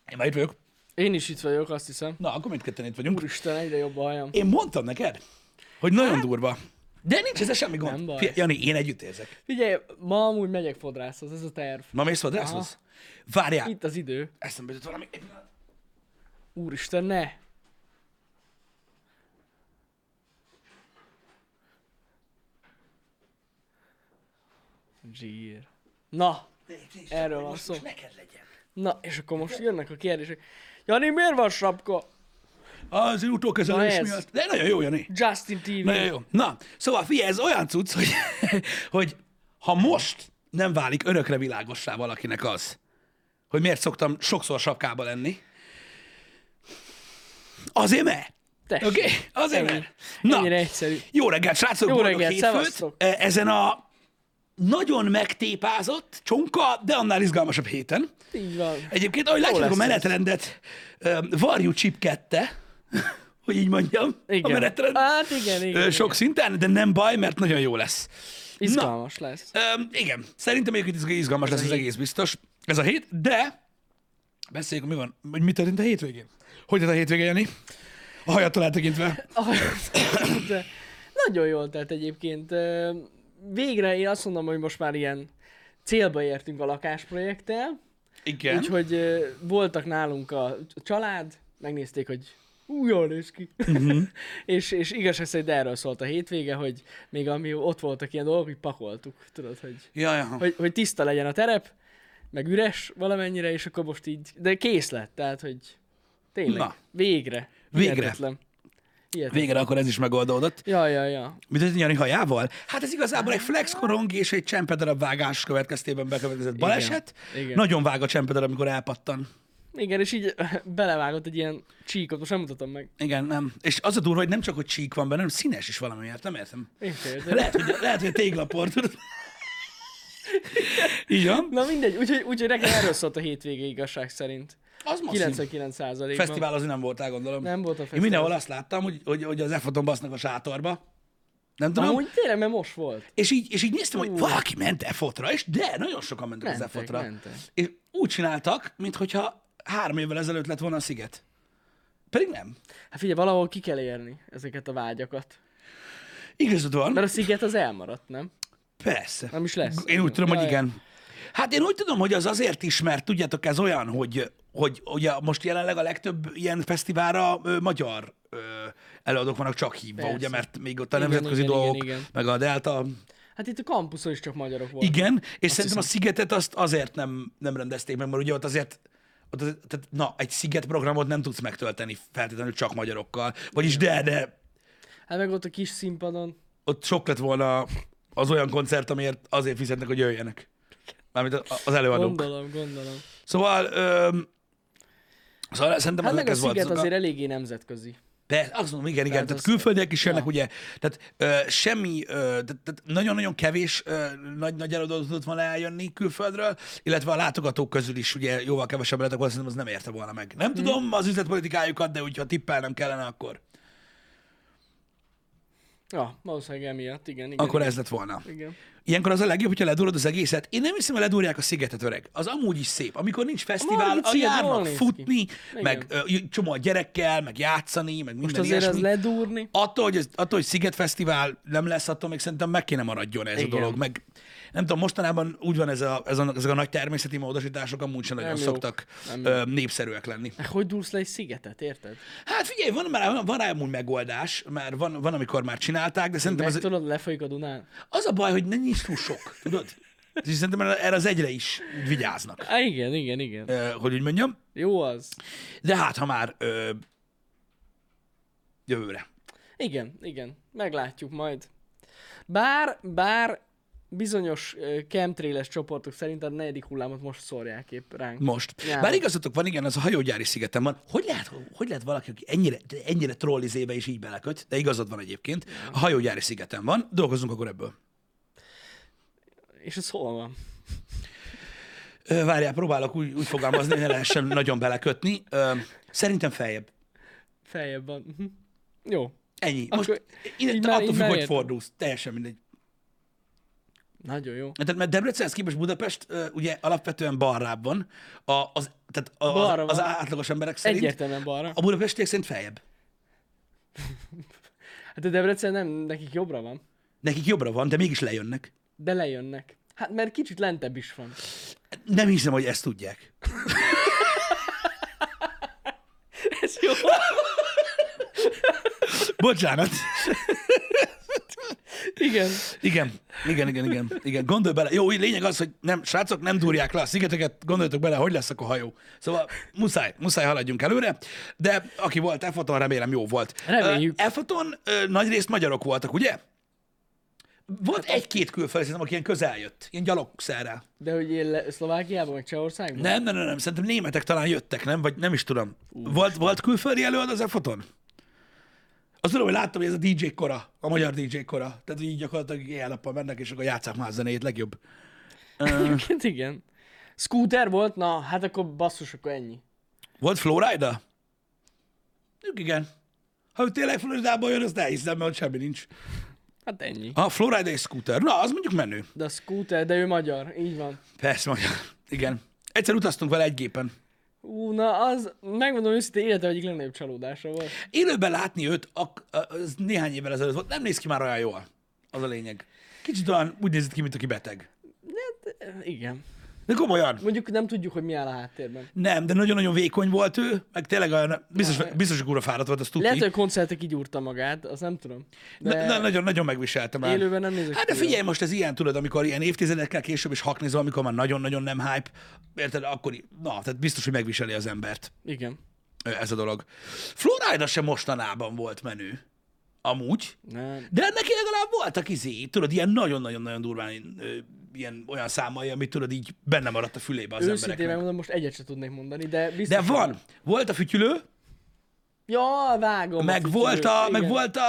Én már itt vagyok. Én is itt vagyok, azt hiszem. Na, akkor mindketten itt vagyunk. Úristen, egyre jobb a hajam. Én mondtam neked, hogy nagyon durva. De nincs ezzel semmi Nem gond. baj. Figyelj, Jani, én együtt érzek. Figyelj, ma amúgy megyek fodrászhoz, ez a terv. Ma mész fodrászhoz? Várjál, Itt az idő. eszembe jutott valami. Egy pillanat. Úristen, ne! Zsír. Na, Nézd, erről hogy van most szó. neked legyen. Na, és akkor most jönnek a kérdések. Jani, miért van sapka? Az utókezelés Na ez. miatt. De nagyon jó, Jani. Justin TV. Nagyon jó. Na, szóval figyelj, ez olyan cucc, hogy, hogy ha most nem válik örökre világossá valakinek az, hogy miért szoktam sokszor sapkába lenni, azért mert. Tessék. Oké? Azért Ennyi. mert. Na, Ennyire egyszerű. jó reggelt, srácok, Jó boldog reggelt, hétfőt. szevasztok. Ezen a nagyon megtépázott, csonka, de annál izgalmasabb héten. Így van. Egyébként, ahogy látjátok a lesz ez. menetrendet, varjú csipkedte, hogy így mondjam, a Igen. menetrend. Hát igen. Sok szinten, de nem baj, mert nagyon jó lesz. Izgalmas lesz. Igen, szerintem egyébként izgalmas lesz az egész biztos. Ez a hét, de beszéljünk, mi van, hogy mi történt a hétvégén. Hogy tett a hétvége, Jani? A hajattól eltekintve. De nagyon jól telt egyébként. Végre én azt mondom, hogy most már ilyen célba értünk a lakásprojekttel. Igen. Úgyhogy voltak nálunk a család, megnézték, hogy jól néz ki. és igazság szerint erről szólt a hétvége, hogy még ami ott voltak ilyen dolgok, hogy pakoltuk, tudod, Ja. hogy tiszta legyen a terep, meg üres valamennyire, és akkor most így, de kész lett, tehát, hogy tényleg, Na. végre. Végre. Hihetetlen. Végre akkor ez is megoldódott. Ja. Mit történt Jani hajával? Hát ez igazából egy flexkorong és egy csempedarab vágás következtében bekövetkezett baleset. Igen. Nagyon vág a csempedarab, amikor elpattan. Igen, és így belevágott egy ilyen csíkot, most nem mutatom meg. Igen, nem. És az a durva, hogy nem csak, hogy csík van benne, hanem színes is valamiért, nem értem. Én sem értem. Lehet, hogy a téglaport, tudod? Így van. Na mindegy, úgyhogy nekem erről szólt a hétvége igazság szerint. Az masszív. 99%-ban. Fesztivál azért nem voltál, gondolom. Nem volt a Én fesztivál. mindenhol azt láttam, hogy az F6-on basznak a sátorba. Nem tudom. Amúgy tényleg, mert most volt. És így néztem, hogy valaki ment F6-ra, és de, nagyon sokan mentek az F6-ra. Mentek. És úgy csináltak, mintha 3 évvel ezelőtt lett volna a sziget. Pedig nem. Hát figyelj, valahol ki kell érni ezeket a vágyakat. Igazad van. Mert a sziget az elmaradt, nem? Persze. Nem is lesz. Én úgy tudom, hogy Jaj. igen. Hát én úgy tudom, hogy az azért is, mert tudjátok, ez olyan, hogy ugye most jelenleg a legtöbb ilyen fesztiválra magyar előadók vannak csak hívva, Persze. ugye, mert még ott a Igen, nemzetközi igen, dolgok, igen. meg a Delta. Hát itt a kampuszon is csak magyarok voltak. Igen, és szerintem hiszem. a szigetet azt azért nem rendezték meg, mert ugye ott azért tehát, egy szigetprogramot nem tudsz megtölteni feltétlenül csak magyarokkal. Vagyis de Hát meg ott a kis színpadon. ott sok lett volna az olyan koncert, amiért azért fizetnek, hogy jöjjenek. Mármint az előadók. Gondolom. Szóval, szerintem Hát meg a ez volt. sziget azért eléggé nemzetközi. De azt mondom, igen, tehát az- külföldiek is jönnek, Ja. ugye, tehát tehát nagyon-nagyon kevés nagy előadó tudott volna eljönni külföldről, illetve a látogatók közül is ugye jóval kevesebb lettek volna, szerintem az nem érte volna meg. Nem tudom az üzletpolitikájukat, de hogyha tippelnem kellene, akkor Ja, valószínűleg emiatt, igen. akkor ez lett volna. Igen. Ilyenkor az a legjobb, hogyha ledurod az egészet. Én nem hiszem, hogy ledúrják a szigetet, öreg. Az amúgy is szép. Amikor nincs fesztivál, Margit sziget jól járnak néz ki. futni, Igen. meg csomó a gyerekkel, meg játszani, meg Most minden azért ilyesmi. az ledúrni. Attól, hogy Szigetfesztivál nem lesz, attól még szerintem meg kéne maradjon ez Igen. a dolog. Meg nem tudom, mostanában úgy van ezek a nagy természeti módosítások amúgy sem nagyon Nem jók. szoktak Nem népszerűek lenni. Hogy dúlsz le egy szigetet, érted? Hát figyelj, van rá amúgy megoldás, mert van, amikor már csinálták, de szerintem Meg az, tudod, lefolyik a Dunán. az a baj, hogy nincs túl sok, tudod? És szerintem erre az egyre is vigyáznak, Á, igen. hogy úgy mondjam. Jó az. De hát, ha már jövőre. Igen. Meglátjuk majd. Bár bizonyos chemtrailes csoportok szerint a 4. hullámot most szórják épp ránk. Most. Ja. Bár igazatok van, igen, az a hajógyári szigeten van. Hogy lehet valaki, aki ennyire trollizébe is így beleköt, de igazad van egyébként, a hajógyári szigeten van, dolgozunk akkor ebből. És ez hol van? Várjál, próbálok úgy fogalmazni, hogy ne lehessen nagyon belekötni. Szerintem feljebb. Feljebb van. Mhm. Jó. Ennyi. Akkor Most így attól így függ, már hogy értem. fordulsz. Teljesen mindegy. Nagyon jó. Tehát, mert Debrecenhez képest Budapest ugye alapvetően balrább van, tehát Balra az van. átlagos emberek szerint. Egyértelműen balra. A budapestiek szerint feljebb. Hát a Debrecen nem, nekik jobbra van. Nekik jobbra van, de mégis lejönnek. De lejönnek. Hát mert kicsit lentebb is van. Nem hiszem, hogy ezt tudják. Ez jó. Bocsánat. Igen. Igen. Gondolj bele. Jó, lényeg az, hogy nem, srácok, nem durják le a szigeteket, gondoljatok bele, hogy lesz akkor hajó. Szóval muszáj haladjunk előre, de aki volt Efaton, remélem jó volt. Reméljük. Efaton nagy részt magyarok voltak, ugye? Volt egy-két külföldi, szerintem, aki ilyen közel jött, ilyen gyalogszerrel. De hogy én Szlovákiában, vagy Csehországban? Nem, szerintem németek talán jöttek, nem? Vagy nem is tudom. Volt külföldi előad az Efaton? Azt tudom, hogy láttam, hogy ez a DJ kora, a magyar DJ kora. Tehát így gyakorlatilag éjjel-nappal mennek, és akkor játsszák már a zenét, legjobb. Egyébként igen. Scooter volt? Na, hát akkor basszus, akkor ennyi. Volt Flowrider? Igen. Ha ő tényleg Floridából jön, azt elhiszem, mert ott semmi nincs. Hát ennyi. A Flowrider és Scooter. Na, az mondjuk menő. De a Scooter, de ő magyar, így van. Persze, magyar. Igen. Egyszer utaztunk vele egy gépen. Na az, megmondom őszintén, élete egyik legnagyobb csalódása volt. Élőben látni őt, az néhány évvel ezelőtt volt. Nem néz ki már olyan jól. Az a lényeg. Kicsit olyan úgy nézett ki, mint aki beteg. Igen. De komolyan. Mondjuk nem tudjuk, hogy mi áll a háttérben. Nem, de nagyon-nagyon vékony volt ő, meg tényleg olyan, biztos hogy kurva fáradt volt, azt tudni. Lehet, hogy a koncertek így úrta magát, azt nem tudom. De Nagyon megviselte már. élőben nem nézek Hát de ki figyelj, jól. most ez ilyen, tudod, amikor ilyen évtizedekkel később is haknézol, amikor már nagyon-nagyon nem hype, érted, akkor, tehát biztos, hogy megviseli az embert Igen. ez a dolog. Florida sem mostanában volt menő, amúgy, Nem. de neki legalább voltak tudod, ilyen nagyon-nagyon-nagyon durván ilyen olyan számai, amit tudod, így benne maradt a fülébe az Őszintén embereknek. megmondom, most egyet sem tudnék mondani, de biztos. De van. Volt a fütyülő, Ja, vágom. a meg fütyülőt, volt igen.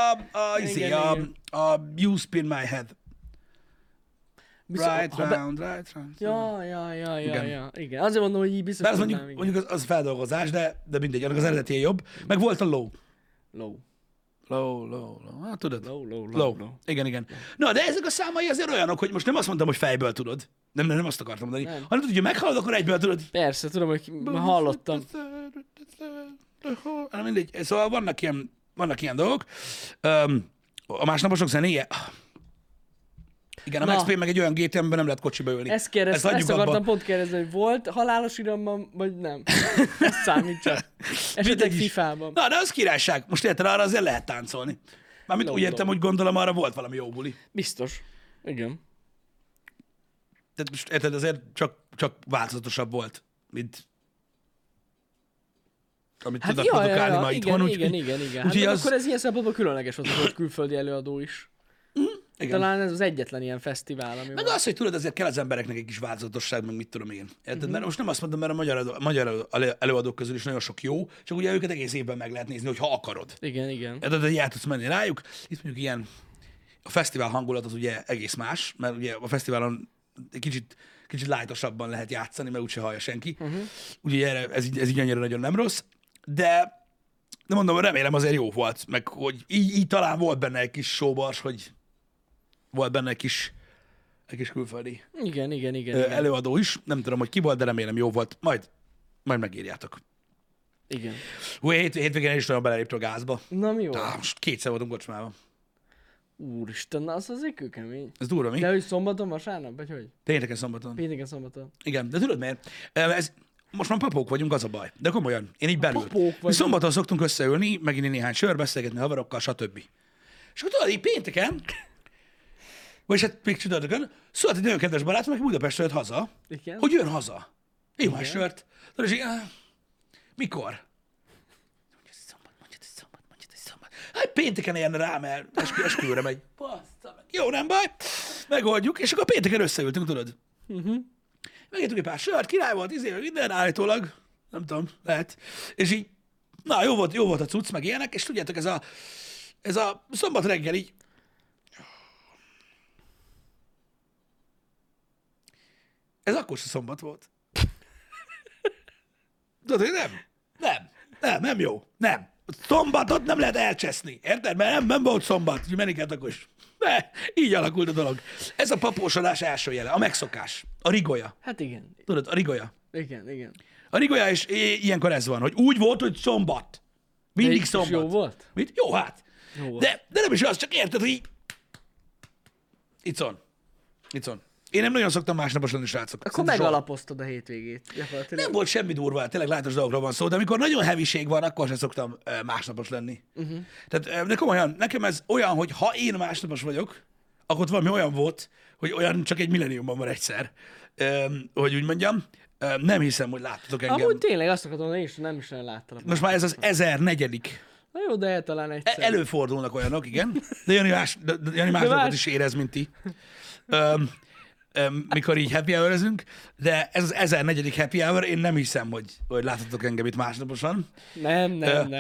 a You Spin My Head. Biztos- Right ha be- round, right round. Ja. Igen. Azért mondom, hogy így biztos Bár az tudnám, mondjuk az feldolgozás, de mindegy, annak az eredetié jobb. Meg volt a low. Low. Low. Hát tudod? Low. Igen. Na, de ezek a számai azért olyanok, hogy most nem azt mondtam, hogy fejből tudod. Nem azt akartam mondani. Nem. Hanem tudod, hogy meghallod, akkor egyből tudod. Persze, tudom, hogy már hallottam. Na, mindegy. Szóval vannak ilyen dolgok. A másnaposok zenéje. Igen, a Na. Max Payne meg egy olyan GTA, amiben nem lehet kocsiba ülni. Ezt hagyjuk akartam abba. pont kérdezni, hogy volt halálos iramban, vagy nem? Ezt számít csak. Esetleg Mindegy is. FIFA-ban. Na, de az királyság. Most érted, arra azért lehet táncolni. Mármint úgy értem, hogy gondolom, arra volt valami jó buli. Biztos. Igen. Tehát most érted, azért csak változatosabb volt, mint amit tudnak produkálni ma itthon. Igen. Hát úgyhogy meg az- akkor ez ilyen szempontból különleges volt, hogy volt külföldi előadó is. Igen. Talán ez az egyetlen ilyen fesztivál, ami Meg van. az, hogy tudod, azért kell az embereknek egy kis változatosság, meg mit tudom én. Érted? Mhm. Mert most nem azt mondom, mert a magyar előadók közül is nagyon sok jó, csak ugye őket egész évben meg lehet nézni, hogyha akarod. Igen. Érted, hogy el tudsz menni rájuk. Itt mondjuk ilyen, a fesztivál hangulat az ugye egész más, mert ugye a fesztiválon egy kicsit lájtosabban lehet játszani, mert úgyse hallja senki. Úgyhogy erre, ez így annyira nagyon nem rossz. De mondom, remélem azért jó volt, meg hogy így talán volt benne egy kis showbars, hogy volt benne egy kis külföldi Igen. előadó is. Nem tudom, hogy ki volt, de remélem jó volt. Majd megírjátok. Igen. Hétvégén is nagyon beleléptem a gázba. Na mi volt? Most kétszer voltunk kocsmában. Úristen, na az azért kőkemény. Ez durva, mi? De hogy szombaton, vasárnap, vagy hogy? Pénteken, szombaton. Pénteken, szombaton. Igen, de tudod miért? Most már papók vagyunk, az a baj. De komolyan, én így belül. papók Mi vagyunk. szombaton szoktunk összeülni, meginni néhány sör, beszélgetni haverokkal, stb. És akkor tudod, így pénteken, vagyis hát még csütörtökön, szólt egy nagyon kedves barátom, aki Budapestről jött haza, Igen? hogy jön haza. Jó egy sört. Tudod, és így, mikor? Mondjad, hogy szombat. Hát pénteken érne rá, mert esküvőre megy. Bassza meg. Jó, nem baj. Megoldjuk, és akkor pénteken összeültünk, tudod. Megettünk egy pár sört, király volt, minden állítólag, nem tudom, lehet. És így, na, jó volt a cucc, meg ilyenek, és tudjátok, ez a szombat reggel így, ez akkor se szombat volt. Tudod, hogy nem jó, nem. Szombatot nem lehet elcseszni, érted? Mert nem volt szombat, úgyhogy menni kellett akkor is. Így alakult a dolog. Ez a papósodás első jele, a megszokás, a rigolya. Hát igen. Tudod, a rigolya. Igen. A rigolya, és ilyenkor ez van, hogy úgy volt, hogy szombat. Mindig És szombat. jó volt? Mit? Jó, hát. Jó volt. De nem is az, csak érted, hogy így... Itt van. Én nem nagyon szoktam másnapos lenni, srácok. Akkor Szerintem soha. megalapoztad a hétvégét. Gyakorlatilag. Nem volt semmi durva, tényleg látos dolgokról van szó, de amikor nagyon heviség van, akkor sem szoktam másnapos lenni. Tehát de komolyan, nekem ez olyan, hogy ha én másnapos vagyok, akkor ott valami olyan volt, hogy olyan csak egy millenniumban van egyszer, hogy úgy mondjam. Nem hiszem, hogy láttatok engem. Amúgy tényleg azt akartam, hogy én is nem is nagyon láttalak. Most már ez az 1004. Na jó, de talán egyszer. Előfordulnak olyanok, igen. De Jani más dolgot is érez, mint ti. Mikor így happy hour-özünk, de ez az 1004. happy hour, én nem hiszem, hogy láthatok engem itt másnaposan. Nem.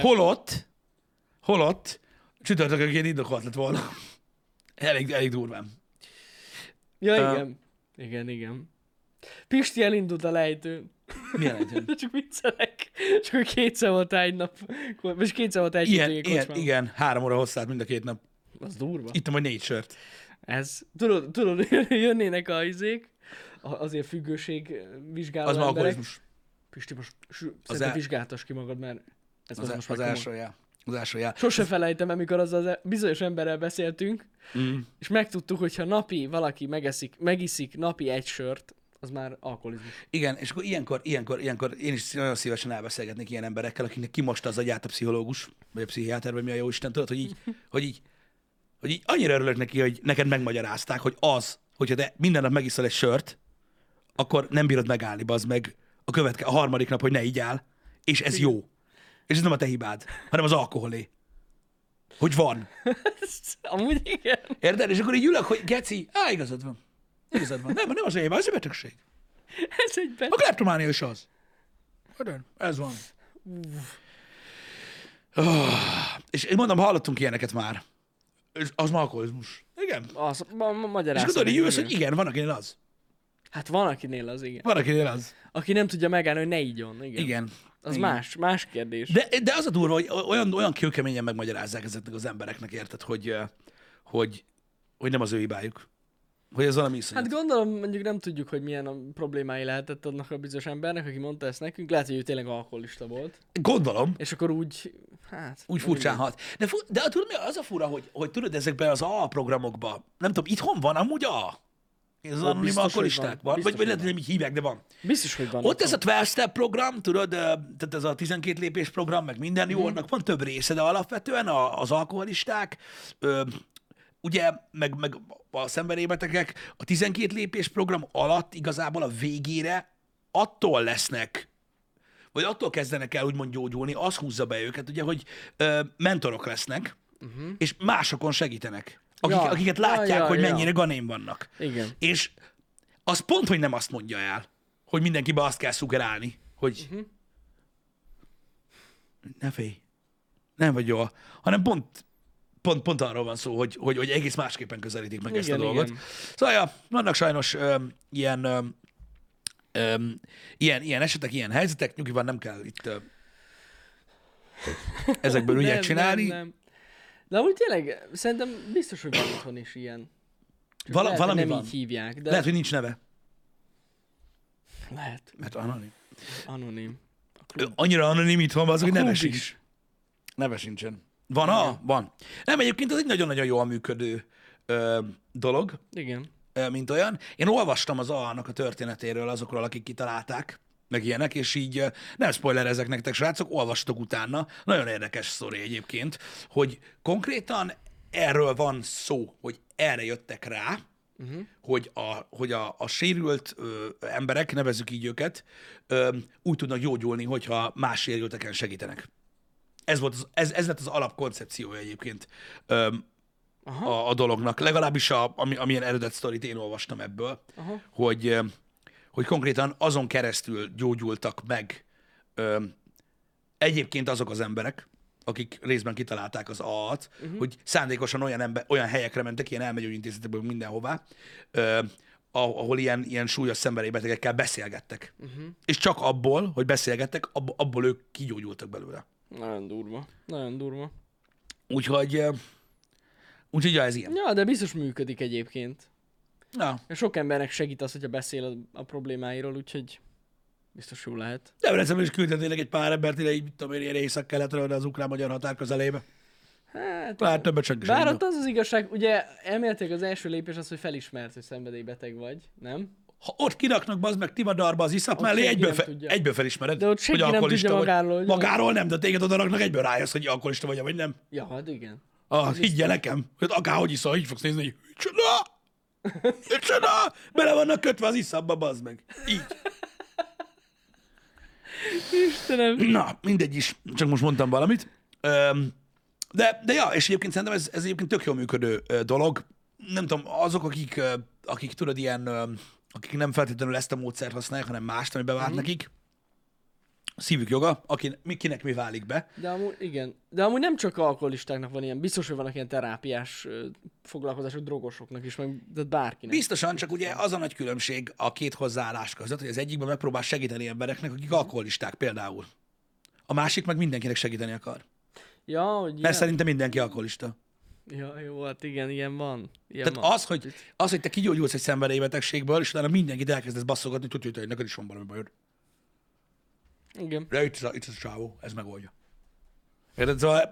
Holott csütörtökönként indokolt lett volna. Elég durván. Ja, igen. Pisti elindult a lejtőn. Milyen legyen? Csak viccelek. Csak hogy kétszer volt egy nap. Most kétszer volt egy Ilyen, igen, 3 óra hosszát mind a 2 nap. Az durva. Ittam, hogy 4 sört. Ez, tudod, jönnének a izék, azért függőség vizsgáló Az már emberek. alkoholizmus. Pisti, most szerintem vizsgáltas ki magad, mert ez most Az első jel. Sose felejtem, amikor az bizonyos emberrel beszéltünk, és megtudtuk, hogyha napi valaki megiszik napi egy sört, az már alkoholizmus. Igen, és akkor ilyenkor én is nagyon szívesen elbeszélgetnék ilyen emberekkel, akinek kimosta az agyát a pszichológus, vagy a pszichiáter, vagy mi a jó Isten, tudod, hogy így annyira örülök neki, hogy neked megmagyarázták, hogy hogyha te minden nap megiszol egy sört, akkor nem bírod megállni, bazd meg a harmadik nap, hogy ne igyál, és ez jó. És ez nem a te hibád, hanem az alkoholé. Hogy van. Amúgy igen. Érted? És akkor így ülök, hogy geci, igazad van. Nem az a hibád, ez a betegség. Ez egy A kleptománia is az. Ez van. És én mondom, hallottunk ilyeneket már. Az már alkoholizmus. Igen. Az És magyarázom. akkor így ülsz, hogy igen, van akinél az. Hát van akinél az, igen. Van akinél az. Aki nem tudja megállni, hogy ne igyon. Igen. Az Igen. más kérdés. De az a durva, hogy olyan kőkeményen megmagyarázzák ezeknek az embereknek, érted, hogy nem az ő hibájuk. Hogy ez valami iszonyat. Hát gondolom, mondjuk nem tudjuk, hogy milyen a problémái lehetett annak a bizonyos embernek, aki mondta ezt nekünk. Lehet, hogy ő tényleg alkoholista volt. Gondolom. És akkor úgy Furcsán hat. De tudod, mi az a fura, hogy tudod, ezekben az A programokban, nem tudom, itthon van amúgy A. Ez anonim biztos, alkoholisták van. Vagy lehet, hogy nem így hívják, de van. Biztos, hogy van. Ott ez a 12-step program, tudod, tehát ez a 12 lépés program, meg minden jó, annak van több része, de alapvetően az alkoholisták, ugye, meg a szembenébetegek a 12 lépés program alatt igazából a végére attól lesznek, vagy attól kezdenek el úgymond gyógyulni, az húzza be őket, ugye, hogy mentorok lesznek, és másokon segítenek, akiket látják, hogy mennyire ganén vannak. Igen. És az pont, hogy nem azt mondja el, hogy mindenkibe azt kell szugerálni, hogy ne félj, nem vagy jó, hanem pont arról van szó, hogy egész másképpen közelítik meg ezt a dolgot. Igen. Szóval, ja, vannak sajnos ilyen esetek, ilyen helyzetek, nyugi van, nem kell itt ezekből ügyet csinálni. Nem. De amúgy tényleg, szerintem biztos, hogy van otthon is ilyen. Csak lehet, Valami nem van. így hívják. De Lehet, hogy nincs neve, lehet. mert anonim. Anonim. Annyira anonim itt van, az, hogy neve klub sincs. is. Neve sincsen. Van? Van. Nem, egyébként az egy nagyon-nagyon jól működő dolog, Igen. mint olyan. Én olvastam az A-nak a történetéről azokról, akik kitalálták, meg ilyenek, és így nem spoilerezek nektek, srácok, olvastok utána. Nagyon érdekes sztori egyébként, hogy konkrétan erről van szó, hogy erre jöttek rá, hogy a sérült emberek, nevezzük így őket, úgy tudnak gyógyulni, hogyha más sérülteken segítenek. Ez lett az alapkoncepciója egyébként a dolognak. Legalábbis amilyen eredet sztorit én olvastam ebből, hogy konkrétan azon keresztül gyógyultak meg egyébként azok az emberek, akik részben kitalálták az A-at, hogy szándékosan olyan helyekre mentek, ilyen elmegyógyintézetekből mindenhová, ahol ilyen súlyos szenvedélybetegekkel beszélgettek. És csak abból, hogy beszélgettek, abból ők kigyógyultak belőle. Nagyon durva. Nagyon durva. Úgyhogy Úgyhogy ja, ez ilyen. Ja, de biztos működik egyébként. Ja. Sok embernek segít az, hogyha beszél a problémáiról, úgyhogy biztos jó lehet. Debrecenben is küldhetnének egy pár embert ide, így mit tudom én, ilyen észak-keletre, de az ukrán-magyar határ közelébe. Hát, Lát többet senki sem. bár mondja. ott az az igazság, ugye elméletileg az első lépés az, hogy felismert, hogy szenvedélybeteg vagy, nem? Ha ott kiraknak, bazd meg Tivadarba az iszap Ott mellé, senki egyből, nem tudja. egyből felismered, De ott senki nem alkoholista tudja vagy. magáról, hogy- Magáról nem, de téged oda raknak, egyből rájössz, hogy alkoholista vagy nem. Ja, hát igen. Higgye nekem, hogy akárhogy iszol, így fogsz nézni, hogy micsoda! Micsoda! Bele vannak kötve az iszapba, bazd meg. Így. Istenem. Na, mindegy is, csak most mondtam valamit. De ja, és egyébként szerintem ez egyébként tök jól működő dolog. Nem tudom, azok, akik tudod, ilyen, akik nem feltétlenül ezt a módszert használják, hanem mást, ami bevált nekik, szívük joga, kinek mi válik be. De amúgy, igen. De amúgy nem csak alkoholistáknak van ilyen, biztos, hogy vannak ilyen terápiás foglalkozások drogosoknak is, meg de bárkinek. Biztosan, csak ugye az a nagy különbség a két hozzáállás között, hogy az egyikben megpróbál segíteni embereknek, akik alkoholisták például. A másik meg mindenkinek segíteni akar. Ja, hogy Mert ilyen... szerintem mindenki alkoholista. Ja, jó, hát igen, ilyen van. Ilyen Tehát van. az, hogy te kigyógyulsz egy szenvedélybetegségből, és utána mindenkit elkezdesz basszogatni, tudja, hogy neked is van valami bajod. Igen. De itt az a csávó, ez megoldja. Érted? Szóval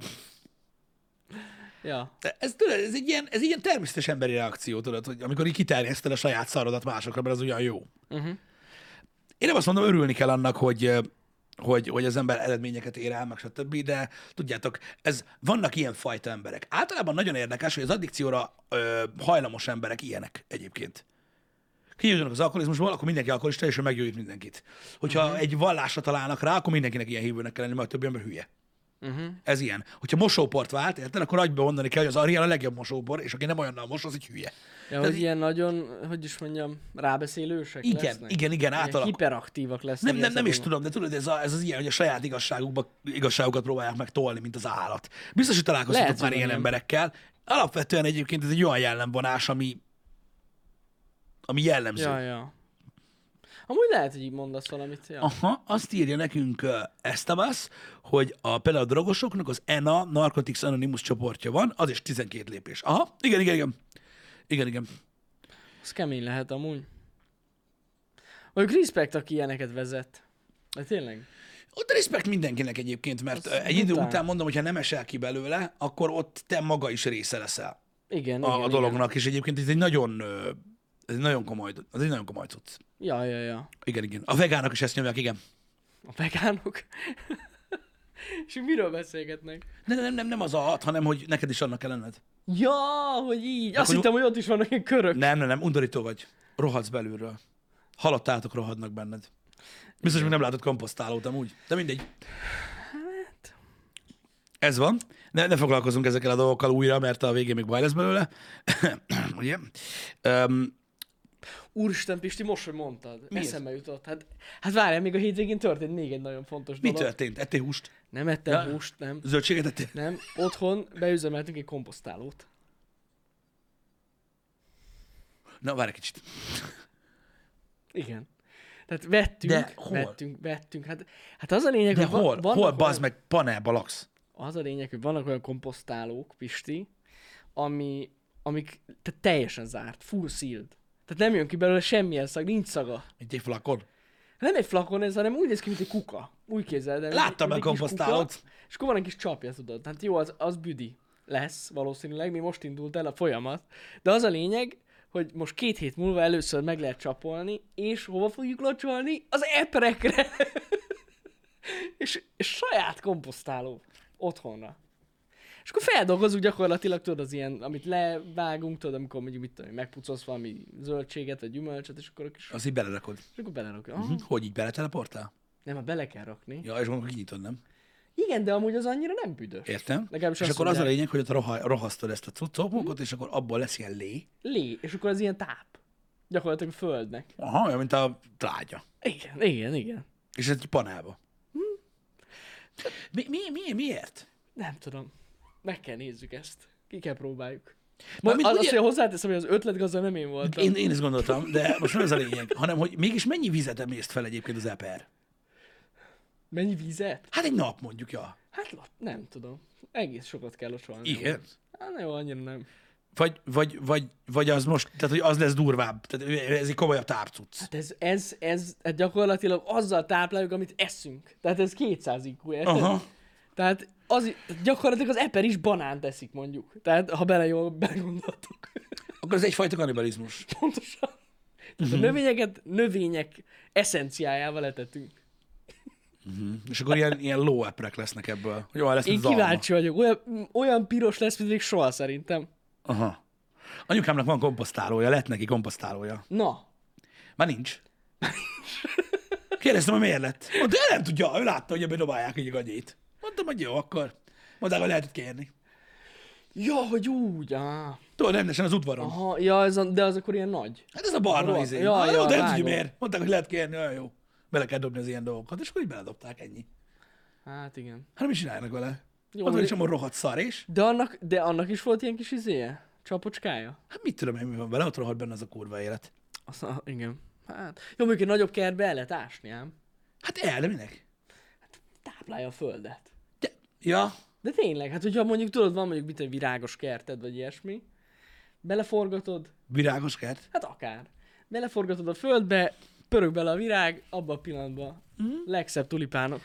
Ja. ez, tudod, ez egy ilyen természetes emberi reakció, tudod, hogy amikor így kiterjeszted a saját szarodat másokra, mert az olyan jó. Uh-huh. Én nem azt mondom, örülni kell annak, hogy az ember eredményeket ér el, meg stb., de tudjátok, vannak ilyen fajta emberek. Általában nagyon érdekes, hogy az addikcióra hajlamos emberek ilyenek egyébként. Kigyógyulnak az alkoholizmusból, akkor mindenki alkoholista, és ő meggyógyít mindenkit. Hogyha egy vallásra találnak rá, akkor mindenkinek ilyen hívőnek kell lenni, mert a többi ember hülye. Ez ilyen. Hogyha mosóport vált, érted, akkor agyba mondani kell, hogy az Ariel a legjobb mosópor, és aki nem olyannal mos, az egy hülye. Ja, hogy ilyen nagyon, hogy is mondjam, rábeszélősek lesznek. Igen, általában. Hiperaktívak lesznek. Nem is tudom, de tudod, ez az ilyen, hogy a saját igazságukat próbálják meg tolni, mint az állat. Biztos, hogy találkoztatok Lehet, már hogy ilyen nem. emberekkel. Alapvetően egyébként ez egy olyan jellemvonás, ami jellemző. Ja. Amúgy lehet, hogy így mondasz valamit. Ja. Aha, azt írja nekünk Estabas, hogy például a drogosoknak az ENA, Narcotics Anonymous csoportja van, az is 12 lépés. Aha, igen. Ez kemény lehet amúgy. Mondjuk respect, aki ilyeneket vezet. De tényleg? Ott respekt mindenkinek egyébként, mert egy idő brutál. után mondom, hogy ha nem esel ki belőle, akkor ott te maga is része leszel Igen, a dolognak, és egyébként ez egy nagyon komoly cucc. Ja. Igen. A vegánok is ezt nyomják, igen. A vegánok? És miről beszélgetnek? Nem az a hat, hanem hogy neked is annak kell lenned. Ja, hogy így. Azt hogy- hittem, hogy ott is vannak ilyen körök. Nem, undorító vagy. Rohadsz belülről. Halott állatok rohadnak benned. Biztos, hogy nem látod komposztálót amúgy. De mindegy. Hát... Ez van. Ne foglalkozunk ezekkel a dolgokkal újra, mert a végén még baj lesz belőle. Ugye? Úristen, Pisti, most, hogy mondtad. Miért? Eszembe jutott. Hát várjál, még a hétvégén történt még egy nagyon fontos Mi dolog. történt? Ettél húst? Nem ettem Ja. húst, nem. Zöldséget ettél? Nem. Otthon beüzemeltünk egy komposztálót. Na, várj egy kicsit. Igen. Tehát vettünk, De hol? vettünk. Hát az a lényeg, De hogy hol? vannak Hol, olyan- bazd meg, panelba laksz? Az a lényeg, hogy vannak olyan komposztálók, Pisti, amik tehát teljesen zárt, full sealed. Tehát nem jön ki belőle semmilyen szag, nincs szaga. Egy flakon. Nem egy flakon ez, hanem úgy néz ki, mint egy kuka. Úgy képzeld el. Láttam mint a egy kis komposztálót. kuka, és akkor van egy kis csapja, tudod. Hát jó, az büdi lesz valószínűleg, mi most indult el a folyamat. De az a lényeg, hogy most 2 hét múlva először meg lehet csapolni, és hova fogjuk locsolni? Az eperekre! és saját komposztáló otthonra. És akkor feldolgozzuk gyakorlatilag, tudod, az ilyen, amit levágunk, tudod, amikor mondjuk mit tudom, én, megpucolsz valami zöldséget, vagy gyümölcsöt, és akkor a kis... Azt így belerakod. És akkor belerakja. Aha. Hogy így beleteleportál? Nem, hát bele kell rakni. Ja, és akkor kinyitod, nem? Igen, de amúgy az annyira nem büdös. Értem? Legalábbis És azt akkor az a mondják. lényeg, hogy ott rohasztod ezt a cuccokot, és akkor abból lesz ilyen lé. Lé, és akkor az ilyen táp. Gyakorlatilag a földnek. Aha, olyan, mint a trágya. Igen. És ez egy panelba. Miért? Nem tudom. Meg kell nézzük ezt. Ki kell próbáljuk. Mármint Az, ugye- hogy hozzáteszem, hogy az ötletgazda nem én voltam. Én is gondoltam, de most nem ez a lényeg, hanem hogy mégis mennyi vizet emészt fel egyébként az eper? Mennyi vizet? Hát egy nap mondjuk, ja. Hát nem tudom. Egész sokat kell locsolni. Igen. Hát jó, annyira nem. Vagy az most, tehát hogy az lesz durvább. Tehát ez egy komolyabb tárcuc. Hát ez gyakorlatilag azzal tápláljuk, amit eszünk. Tehát ez 200 IQ, érted? Aha. Tehát gyakorlatilag az eper is banánt eszik, mondjuk. Tehát, ha bele jól belegondoltuk. Akkor ez egyfajta kannibalizmus. Pontosan. A növények eszenciájával etetünk. És akkor ilyen low eprek lesznek ebből. Jó, lesz Én kíváncsi vagyok. Olyan piros lesz, mint még soha szerintem. Aha. Anyukámnak van komposztálója, lett neki komposztálója. Na. Már nincs. Kérdeztem, hogy miért lett. Mondta, ő nem tudja, ő látta, hogy ebben dobálják így a gagyét. Mondtam, hogy jó, akkor. Mondták, hogy lehetett kérni. Ja, hogy úgy. Tudod, rendesen az udvaron. Aha, ja, de az akkor ilyen nagy. Hát ez a barna izé. Ja, Jó, de nem vágom. tudja miért. Mondták, hogy lehet kérni, olyan jó. Bele kell dobni az ilyen dolgokat, és akkor így beledobták, ennyi. Hát igen. Hát mit csinálnak vele? Jó, Ott van egy de- csomó rohadt szar, és De annak is volt ilyen kis izéje? Csapocskája? hát mit tudom én, mi van vele, ott rohadt benne az a kurva élet. Igen. Hát, jó, mondjuk egy nagyobb kertbe el lehet ásni, ám. Hát el, de minek? Táplálja a földet. De, ja, De tényleg, hát hogyha mondjuk tudod, van mondjuk mit egy virágos kerted, vagy ilyesmi, beleforgatod, virágos kert. hát akár. Beleforgatod a földbe, pörög bele a virág, abban a pillanatban. Legszebb tulipánok.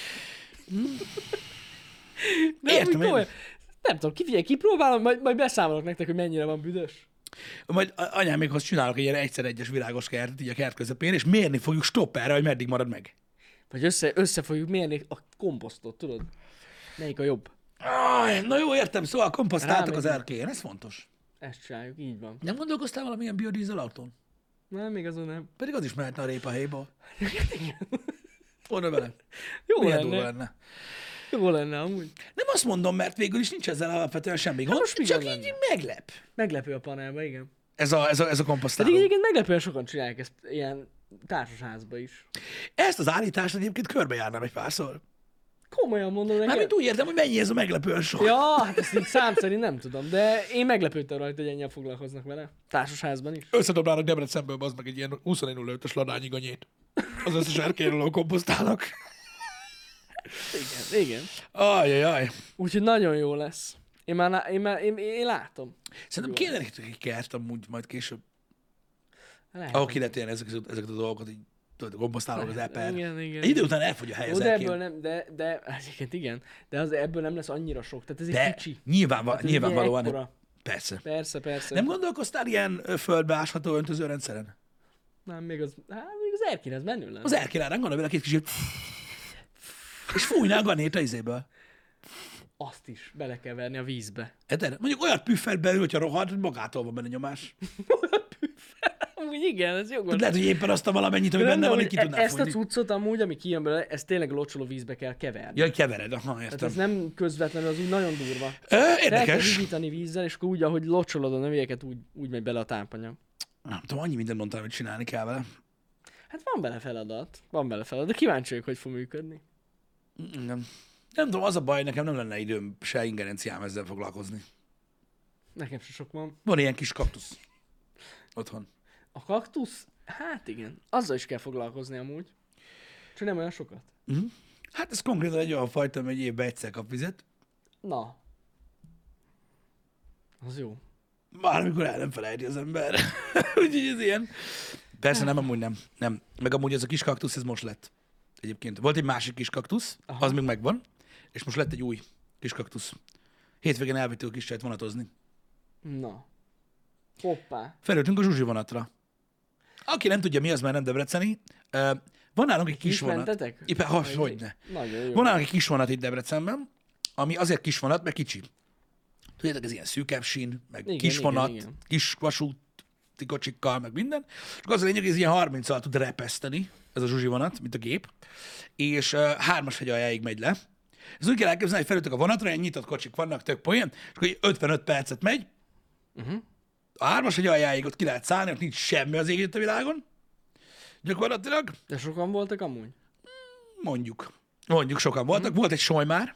De Értem amúgy én. komolyan, nem tudom, kipróbálom, majd beszámolok nektek, hogy mennyire van büdös. Majd anyámékhoz csinálok egy ilyen egyszer egyes virágos kertet, így a kert közepén, és mérni fogjuk stopperre, hogy meddig marad meg. Vagy össze fogjuk mérni a komposztot, tudod? Melyik a jobb? Aj, na jó, értem, szóval komposztáltak az Rámegyünk. erkélyen, ez fontos. Ezt csináljuk, így van. Nem gondolkoztál valamilyen biodízel autón? Nem, még azon nem. Pedig az is mehetne a répahéjból. Volna vele. Jó Milyen lenne. durva lenne. Jó lenne amúgy. Nem azt mondom, mert végül is nincs ezzel alapvetően semmi gond, most mi csak gond így lenne? meglep. Meglepő a panelba, igen. Ez a komposztáló. Pedig egyébként meglepően sokan csinálják ezt ilyen társasházba is. Ezt az állítást egyébként körbejárnám egy párszor. Komolyan mondom neked. Mármint úgy értem, hogy mennyi ez a meglepően sok. Ja, hát ezt így szám szerint nem tudom, de én meglepődtem rajta, hogy ennyien foglalkoznak vele. Társasházban is. Összedobnának Debrecenből, az meg egy ilyen 21.05-ös ladányi ganyét. Az összes erkélyló komposztálnak. Igen. Ajajaj. Úgyhogy nagyon jó lesz. Én látom. Szerintem kéne nekik egy kert amúgy majd később. Lehet. Ahol ki lehet élni ezeket a dolgokat, így tudod, a komposztálók, az eper. Igen. Egy idő után elfogy a hely Jó, az de erkély. ebből nem, de egyébként igen. De ebből nem lesz annyira sok. Tehát ez egy De kicsi. nyilvánvalóan. ekkora. Persze. Persze. Nem gondolkoztál ilyen földbeásható öntözőrendszeren? Nem, még az erkély, ez menő lenne. Az erkélyára gondolj bele két kicsit. És fújná a ganét a izéből. Azt is bele kell verni a vízbe. Érted? Mondjuk olyat püffelt belül, hogyha rohadt, hogy magától van benne nyomás. Amúgy igen, ez jó Tehát gond. lehet, hogy éppen azt a valamennyit, ami benne van, így ki tudná Ezt a fújni. cuccot amúgy, ami kijön belőle, ezt tényleg locsoló vízbe kell keverni. Ja, kevered, aha, Tehát értem. ez nem közvetlenül, az úgy nagyon durva. Fel kell Érdekes. hűvíteni vízzel, és akkor úgy, ahogy locsolod a növényeket, úgy megy bele a tápanyag. Nem tudom, annyi mindent mondtam, hogy csinálni kell vele. Hát van bele feladat, de kíváncsi vagyok, hogy fog működni. Nem tudom, az a baj, nekem nem lenne időm se ingerenciám ezzel foglalkozni. Nekem se sok van. Van ilyen kis kaktusz otthon. A kaktusz? Hát igen, azzal is kell foglalkozni amúgy. Csak nem olyan sokat. Hát ez konkrétan egy olyan fajta, ami egy évben egyszer kap vizet. Na. Az jó. Már amikor el nem felejti az ember. Úgyhogy ez ilyen. Persze nem, amúgy nem. Nem. Meg amúgy ez a kis kaktusz, ez most lett. Egyébként. Volt egy másik kis kaktusz, Aha. az még megvan, és most lett egy új kis kaktusz. Hétvégén elvittük a kis csajt vonatozni. Na. Hoppá. Felültünk a Zsuzsi vonatra. Aki nem tudja, mi az, mert nem debreceni, van nálunk egy kis Is vonat. mentetek? Éppen, hogyne. Nagyon jó. Van nálunk egy kis vonat itt Debrecenben, ami azért kis vonat, mert kicsi. Tudjátok, ez ilyen szűkebb sín, meg Igen, kis igen, vonat, igen. kis vasúti kocsikkal, meg minden. És az a lényeg, hogy ez ilyen 30-al tud repeszteni, ez a Zsuzsi vonat, mint a gép, és 3-as hegyaljáig megy le. Ez úgy kell elképzelni, hogy felültök a vonatra, ilyen nyitott kocsik vannak, tök poén, és akkor így 55 percet megy. A 3-as hegyaljáig ott ki lehet szállni, ott nincs semmi az ég itt a világon. Gyakorlatilag, De sokan voltak amúgy? mondjuk sokan voltak. Volt egy solymár,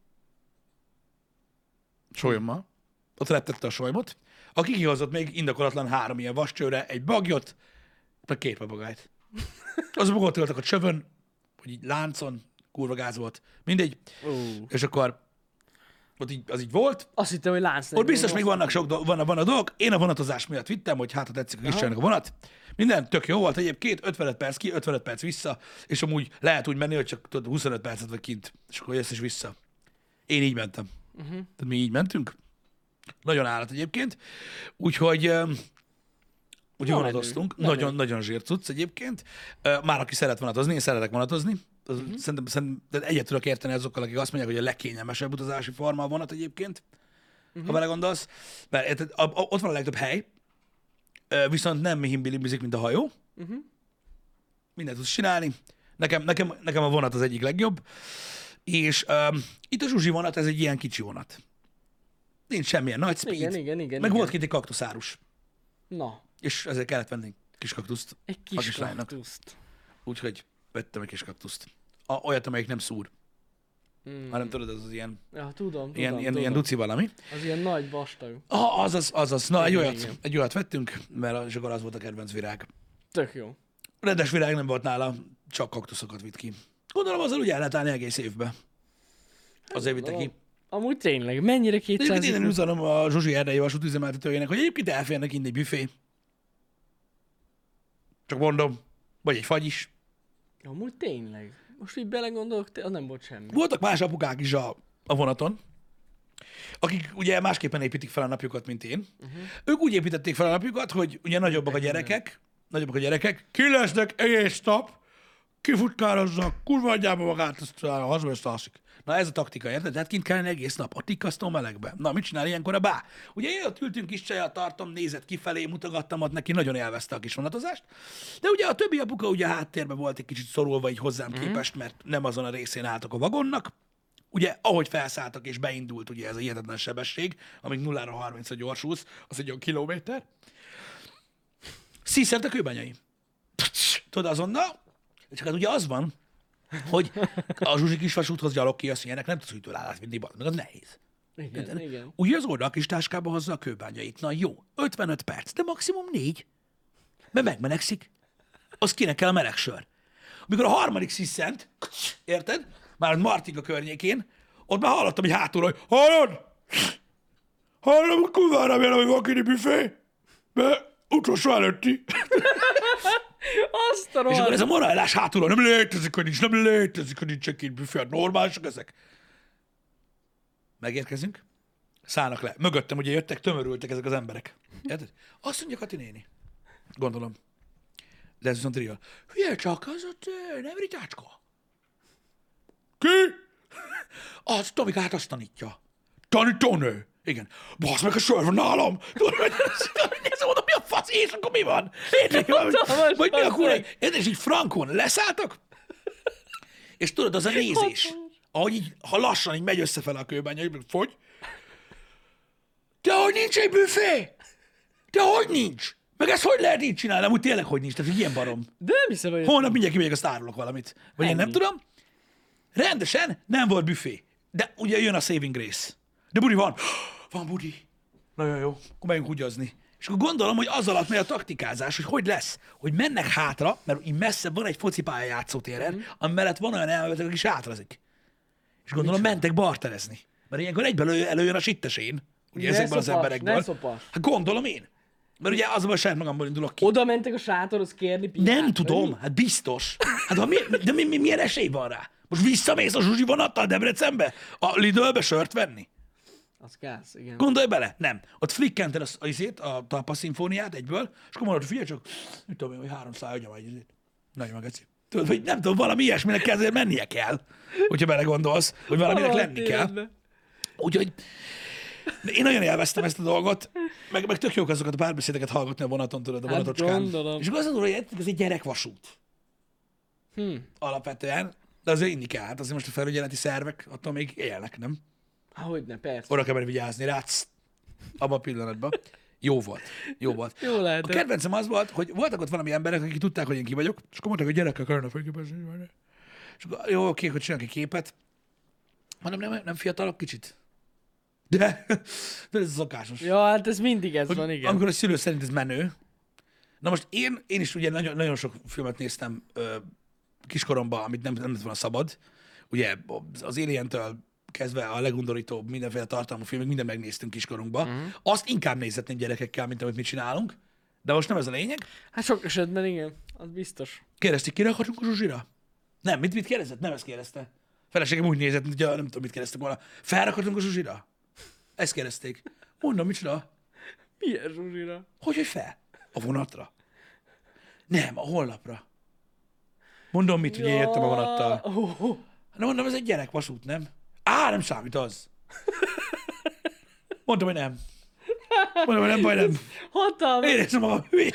solymmal, ott reptette a solymot, aki kihozott még indokolatlan 3 ilyen vascsőre, egy bagyot, meg 2 papagájt. Azok ott ültek a csövön, vagy így láncon, kurva gáz volt, mindegy. És akkor az így volt. Azt hittem, hogy lánc. Ott biztos még vannak vannak dolgok. Én a vonatozás miatt vittem, hogy hát ha tetszik a kis csajnak a vonat. Minden tök jó volt egyébként, 55 perc ki, 55 perc vissza, és amúgy lehet úgy menni, hogy csak tudod, 25 percet vagy kint, és akkor jössz és vissza. Én így mentem. Tehát mi így mentünk. Nagyon állat egyébként. Úgyhogy vonatoztunk. Nagyon zsírcucc egyébként. Már aki szeret vonatozni, én szeretek vonatozni. Szerintem egyet tudok érteni azokkal, akik azt mondják, hogy a legkényelmesebb utazási forma a vonat egyébként, ha belegondolsz. Mert ott van a legtöbb hely, viszont nem himbilibizik, mint a hajó. Mindent tudsz csinálni. Nekem a vonat az egyik legjobb. És itt a Zsuzsi vonat, ez egy ilyen kicsi vonat. Nincs semmilyen nagy speed. Igen. Volt kint egy kaktuszárus. Na, És ezért kellett venni kis kaktuszt. egy a kis kislánynak. kaktuszt. Úgyhogy vettem egy kis kaktuszt. Olyat, amelyik nem szúr. Hanem tudod, az ilyen, Ja, tudom. ilyen duci valami. Az ilyen nagy vastag. Azaz. Na, Igen. egy olyat vettünk, mert és akkor az volt a kedvenc virág. Tök jó. Rendes virág nem volt nála, csak kaktuszokat vitt ki. Gondolom, azzal ugye el lehet állni egész évbe. Azért vitte ki. Amúgy tényleg, mennyire 200 Egyébként én üzenem a Zsuzsi Erdei vasút üzemeltetőjének, hogy egyébként elférnek innen egy büfé. Csak mondom, vagy egy fagy is. Amúgy tényleg. Most így belegondolok, az nem volt semmi. Voltak más apukák is a vonaton, akik ugye másképpen építik fel a napjukat, mint én. Ők úgy építették fel a napjukat, hogy ugye nagyobbak a gyerekek, ki lesznek egész nap, kifutkároznak, kurva agyába magát, aztán haza ezt alszik. Na ez a taktika, érted? Tehát kint kellene egész nap, a tikkasztó melegbe. Na, mit csinál ilyenkor a bá? Ugye én ott ültünk kis csajjal, tartom, nézett kifelé, mutogattam, ott neki nagyon élvezte a kis vonatozást. De ugye a többi apuka ugye háttérben volt egy kicsit szorulva így hozzám képest, mert nem azon a részén álltak a vagonnak. Ugye, ahogy felszálltak és beindult ugye ez a hihetetlen sebesség, amíg 0-ra 30-ra gyorsulsz, az egy olyan kilométer. Sziszert a kőbányai. Tudod, azonnal? Csak hát ugye az van, hogy a Zsuzsi kisvasúthoz gyalog ki, azt ilyenek nem tudsz ütől állát vinni, meg az nehéz. Igen. Ugye az oldal kis táskába hozza a kőbányait. Na jó, 55 perc, de maximum 4. Mert megmelegszik. Az kinek kell a meleg sör. Amikor a harmadik sziszent, érted? Már Martika környékén, ott már hallottam, hogy hátulról, hogy hallod? Hallom, kurvára vélem, hogy van kini büfé, mert utolsó előtti. Azt a És akkor rohadt. ez a morálás hátulról, nem létezik, hogy nincsen kint büfé, hát normálisak ezek. Megérkezünk, szállnak le. Mögöttem ugye jöttek, tömörültek ezek az emberek. Érted? Azt mondja Kati néni. Gondolom. De ez viszont real. Hülye csak, az ott nem ritácska. Ki? Az Tomikát azt tanítja. Tanítónő? Igen. Basz meg, a sör van nálam. Tudod, nézem oda, mi a fasz, és akkor mi van? Érted? Vagy mi a kurva? Érted? És így frankon leszálltak, és tudod, az a nézés, ahogy így, ha lassan így megy összefele a kőbánya, így fogy. De hogy nincs egy büfé? De hogy nincs? Meg ezt hogy lehet így csinálni? Amúgy tényleg hogy nincs, tehát hogy ilyen barom. De nem hiszem, hogy... Holnap mindjárt kimegyek, azt árulok valamit. Vagy én nem tudom. Rendesen nem volt büfé. De ugye jön a saving grace. De budi van. Van budi. Nagyon jó. Akkor megyünk húgyozni. És akkor gondolom, hogy az alatt megy a taktikázás, hogy lesz. Hogy mennek hátra, mert így messze van egy focipálya játszótéren, amellett van olyan elmevetek, aki is hátrazik. És gondolom, mentek barterezni. Mert ilyenkor egyből előjön a sittesén. Ugye ezekből az emberekből. Ne szopas. Hát gondolom én. Mert ugye az a saját magamból indulok ki. Oda mentek a sátorhoz kérni piát. Nem tudom, hát biztos. Hát de milyen esély van rá? Most visszamész a Zsuzsi vonattal Debrecenbe? A Lidlbe sört venni? Az gáz, igen. Gondolj bele, nem. Ott flickented a talpaszimfóniát egyből, és akkor mondod, figyelj csak, mit tudom én, hogy 300 hagyom egy izét. Nagyon megeci. Tudod, hogy nem tudom, valami ilyesminek ezért mennie kell, hogyha belegondolsz, hogy valaminek lenni kell. Úgyhogy én nagyon élveztem ezt a dolgot, meg tök jók azokat a párbeszédeket hallgatni a vonaton, tudod, a vonatocskán. Gondolom. És akkor azt mondod, hogy ez egy gyerekvasút. Alapvetően, de azért inni kell. Hát azért most a felügyeleti szervek attól még élnek, nem? Hogyne, persze. Oda kell menni vigyázni rác. Abban a pillanatban. Jó volt. Jó volt. Jó lehet. A kedvencem az volt, hogy voltak ott valami emberek, akik tudták, hogy én ki vagyok, és akkor mondták, hogy gyerekkel kellene felképezni. És akkor jó, oké, hogy csinálok egy képet. Mondom, nem fiatalok kicsit? De ez szokásos. Ja, hát ez mindig ez van, igen. Amikor a szülő szerint ez menő. Na most én is ugye nagyon sok filmet néztem kiskoromban, amit nem lett volna szabad. Ugye az Alien-től kezdve a legundorítóbb mindenféle tartalmú filmek, minden megnéztünk kiskorunkba. Azt inkább nézhetném gyerekekkel, mint amit mi csinálunk. De most nem ez a lényeg. Hát sok esetben igen, az biztos. Kérdezték, kirakhatunk a Zsuzsira? Nem, mit kérdezett? Nem ezt kérdezte. Feleségem úgy nézett, hogy nem tudom, mit kérdeztek volna. Felrakhatunk a Zsuzsira? Ezt kérdezték. Mondom, micsoda? Milyen Zsuzsira? Hogy fel? A vonatra? Nem, a honlapra. Mondom, mit, hogy én jöttem a vonattal. Na mondom, ez egy gyerekvasút, nem? Nem számít az. Mondtam, hogy nem. Mondom, hogy nem baj, nem. Hatalmas. Érezzem magam hülyén.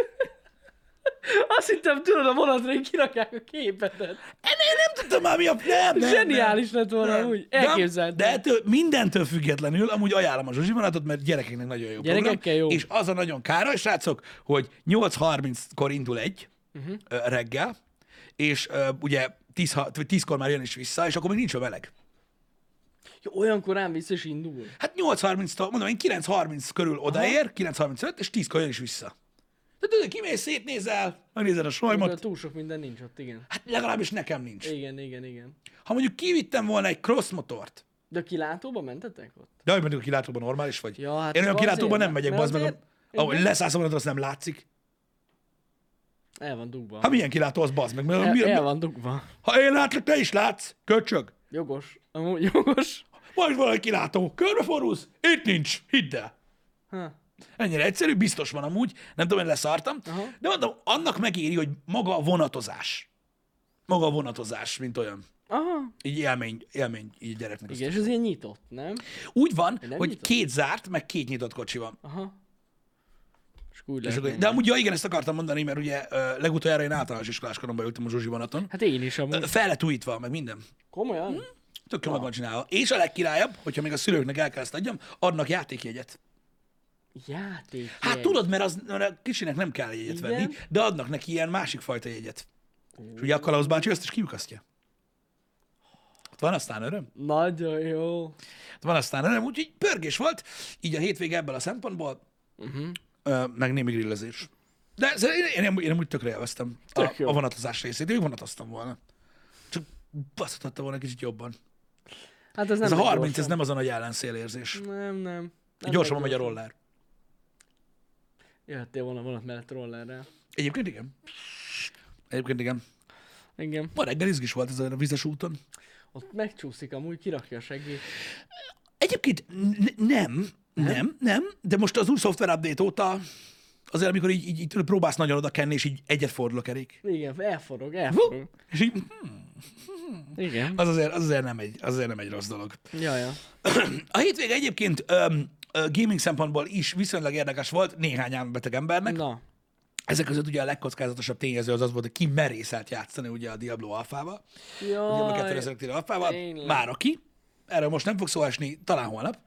Azt hittem, tudod, a vonatra, hogy kirakják a képetet. Én nem tudtam már mi a... Nem. Zseniális lett volna úgy. Elképzeltem. De ettől, mindentől függetlenül amúgy ajánlom a Zsuzsi vonatot, mert gyerekeknek nagyon jó Gyerekekkel program. jó. És az a nagyon káros, srácok, hogy 8:30-kor indul reggel, és ugye 10-kor már jön is vissza, és akkor még nincs a meleg. Jó, olyan korán vissza is indul. Hát 8:30-tól, mondom én 9:30 körül odaér, 9:35, és 10-kor jön is vissza. Tehát tudod, kimész, szétnézel, megnézed a De solymot. túl sok minden nincs ott, igen. Hát legalábbis nekem nincs. Igen. Ha mondjuk kivittem volna egy crossmotort, De a kilátóba mentetek ott? de hogy mondjuk a kilátóban normális vagy? Ja, hát Én olyan azért, kilátóban nem megyek, mert bazd meg, azért- ahogy igen. leszállsz a vonaton, azt nem látszik. El van dugva. Ha milyen kilátó, az bazd meg. El van dugva. Ha én látlak, te is látsz. Köcsög. Jogos. Amúgy jogos. Majd valami kilátó. Körbefordulsz. Itt nincs. Hidd el. Ha. Ennyire egyszerű, biztos van amúgy. Nem tudom, én leszartam. Aha. De mondom, annak megéri, hogy maga a vonatozás. Maga a vonatozás, mint olyan. Aha. Így élmény így a gyereknek. Igen, és ez ilyen nyitott, nem? Úgy van, nem hogy nyitott? 2 zárt, meg 2 nyitott kocsi van. Aha. És úgy És lehet akkor, menni. de amúgy, ja igen, ezt akartam mondani, mert ugye legutoljára én általános iskolás koromban ültem a Zsuzsi vonaton. Hát én is amúgy. Fel lett újítva, meg minden. Komolyan? Tök jó meg van csinálva. És a legkirályabb, hogyha még a szülőknek el kell ezt adjam, adnak játékjegyet. Játék. Hát tudod, mert a kicsinek nem kell jegyet Igen. venni, de adnak neki ilyen másik fajta jegyet. És ugye a Kalausz bácsi ezt is kiukasztja. Ott van aztán öröm. Nagyon jó. Ott van aztán öröm, úgyhogy pörgés volt, így a hétvége ebből a szempontból, meg némi grillezés. De én amúgy tökre élveztem Tök jó. a vonatozás részét, én vonatoztam volna. Csak baszhatta volna kicsit jobban. Hát ez nem Ez a megy 30, gyorsan. ez nem az a nagy ellenszélérzés. Nem. Nem Gyorsabban megy a gyorsan. roller. Jöhettél volna vonat mellett rollerrel. Egyébként igen. Igen. Ma reggel izgis volt ez a vizes úton. Ott megcsúszik amúgy, kirakja a segít. Egyébként nem, de most az új szoftver update óta azért, amikor így próbálsz nagyon oda kenni, és így egyet fordul a kerék. Igen, elforog. És így, Igen. az azért nem egy rossz dolog. Ja. A hétvége egyébként gaming szempontból is viszonylag érdekes volt néhány elmebeteg embernek. Na. Ezek között ugye a legkockázatosabb tényező az volt, hogy ki merészelt játszani ugye a Diablo alfával. A Diablo 2 Jaj. Resurrected alfával. tényleg. Már aki. Erről most nem fog szó esni, talán holnap.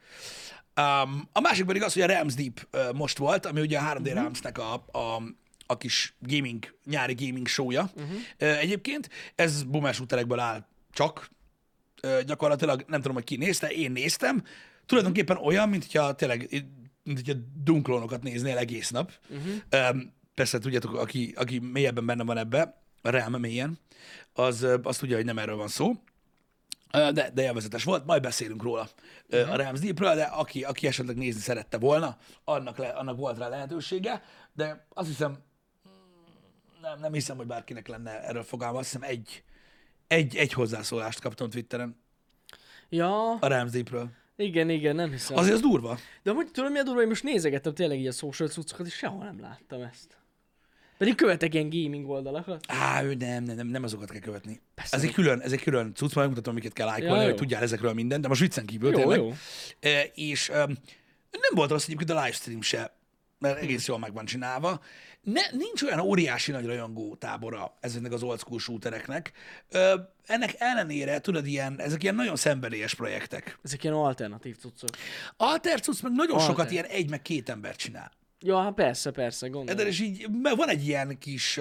A másik pedig az, hogy a Realms Deep most volt, ami ugye a 3D Realms-nek a kis nyári gaming show-ja. Egyébként ez boomer shooterekből áll csak. Gyakorlatilag nem tudom, hogy ki nézte, én néztem. Tulajdonképpen olyan, mint hogyha tényleg, mint hogyha Doom klónokat néznél egész nap. Persze tudjátok, aki mélyebben benne van ebbe, a Realm mélyen, az tudja, hogy nem erről van szó. De élvezetes volt, majd beszélünk róla a Realms Deepről, de aki esetleg nézni szerette volna, annak volt rá lehetősége, de azt hiszem, nem hiszem, hogy bárkinek lenne erről fogalma, azt hiszem egy hozzászólást kaptam Twitteren Ja, a Realms Deepről. igen, nem hiszem. Azért az durva. De amúgy tudom, mi a durva, hogy most nézegettem tényleg így a social cuccokat, és sehol nem láttam ezt. Pedig követek ilyen gaming oldalakat. Ő nem azokat kell követni. Persze, Ez egy külön cucc, majd mutatom, miket kell lájkolni, Ja, hogy jó. tudjál ezekről mindent, de most viccen kívül Jó, tényleg. jó. És nem volt rossz egyébként a livestream se, mert egész jól meg van csinálva. Nincs olyan óriási nagy rajongó tábora ezeknek az old school shootereknek. Ennek ellenére, tudod, ezek ilyen nagyon szenvedélyes projektek. Ezek ilyen alternatív cuccok. Alter cucc meg nagyon Alter. sokat ilyen 1 meg 2 ember csinál. Ja, hát persze, gondolom. De és így mert van egy ilyen kis...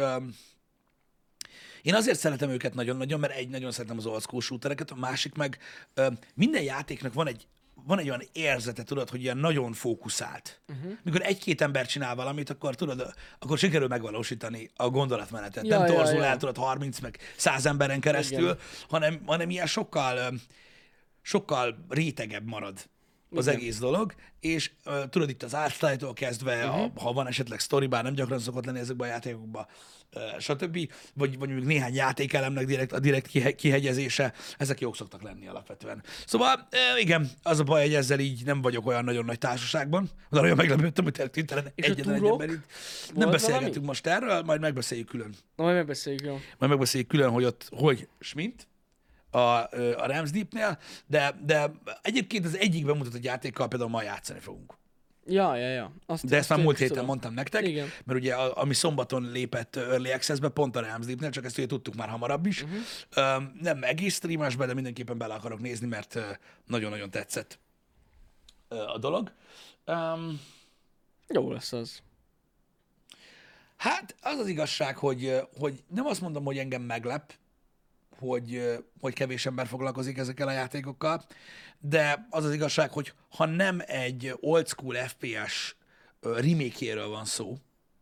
Én azért szeretem őket nagyon-nagyon, mert nagyon szeretem az old school shootereket, a másik meg minden játéknak van egy olyan érzete, tudod, hogy ilyen nagyon fókuszált. Mikor 1-2 ember csinál valamit, akkor tudod, akkor sikerül megvalósítani a gondolatmenetet. Ja, Nem ja, torzul ja. el, tudod, 30 meg 100 emberen keresztül, hanem ilyen sokkal sokkal rétegebb marad az egész dolog, és tudod, itt az artstyle-tól kezdve, ha van esetleg sztori, bár nem gyakran szokott lenni ezekben a játékokban, stb., vagy mondjuk néhány játékelemnek a direkt kihegyezése, ezek jók szoktak lenni alapvetően. Szóval igen, az a baj, hogy ezzel így nem vagyok olyan nagyon nagy társaságban, de olyan meglepődtem, hogy tényleg egyetlen egy ember itt. Nem beszélgetünk valami? Most erről, majd megbeszéljük külön. Majd megbeszéljük, jó. Majd megbeszéljük külön, hogy ott hogy smint a Realms Deepnél, de egyébként az egyik bemutatott játékkal például ma játszani fogunk. Ja. De ezt már múlt héten mondtam nektek, igen. Mert ugye ami szombaton lépett Early Access-be, pont a Realms Deepnél, csak ezt ugye tudtuk már hamarabb is. Nem egész streamesbe, de mindenképpen bele akarok nézni, mert nagyon-nagyon tetszett a dolog. Jó lesz az. Hát az az igazság, hogy nem azt mondom, hogy engem meglep, hogy kevés ember foglalkozik ezekkel a játékokkal, de az az igazság, hogy ha nem egy old school FPS remake-jéről van szó,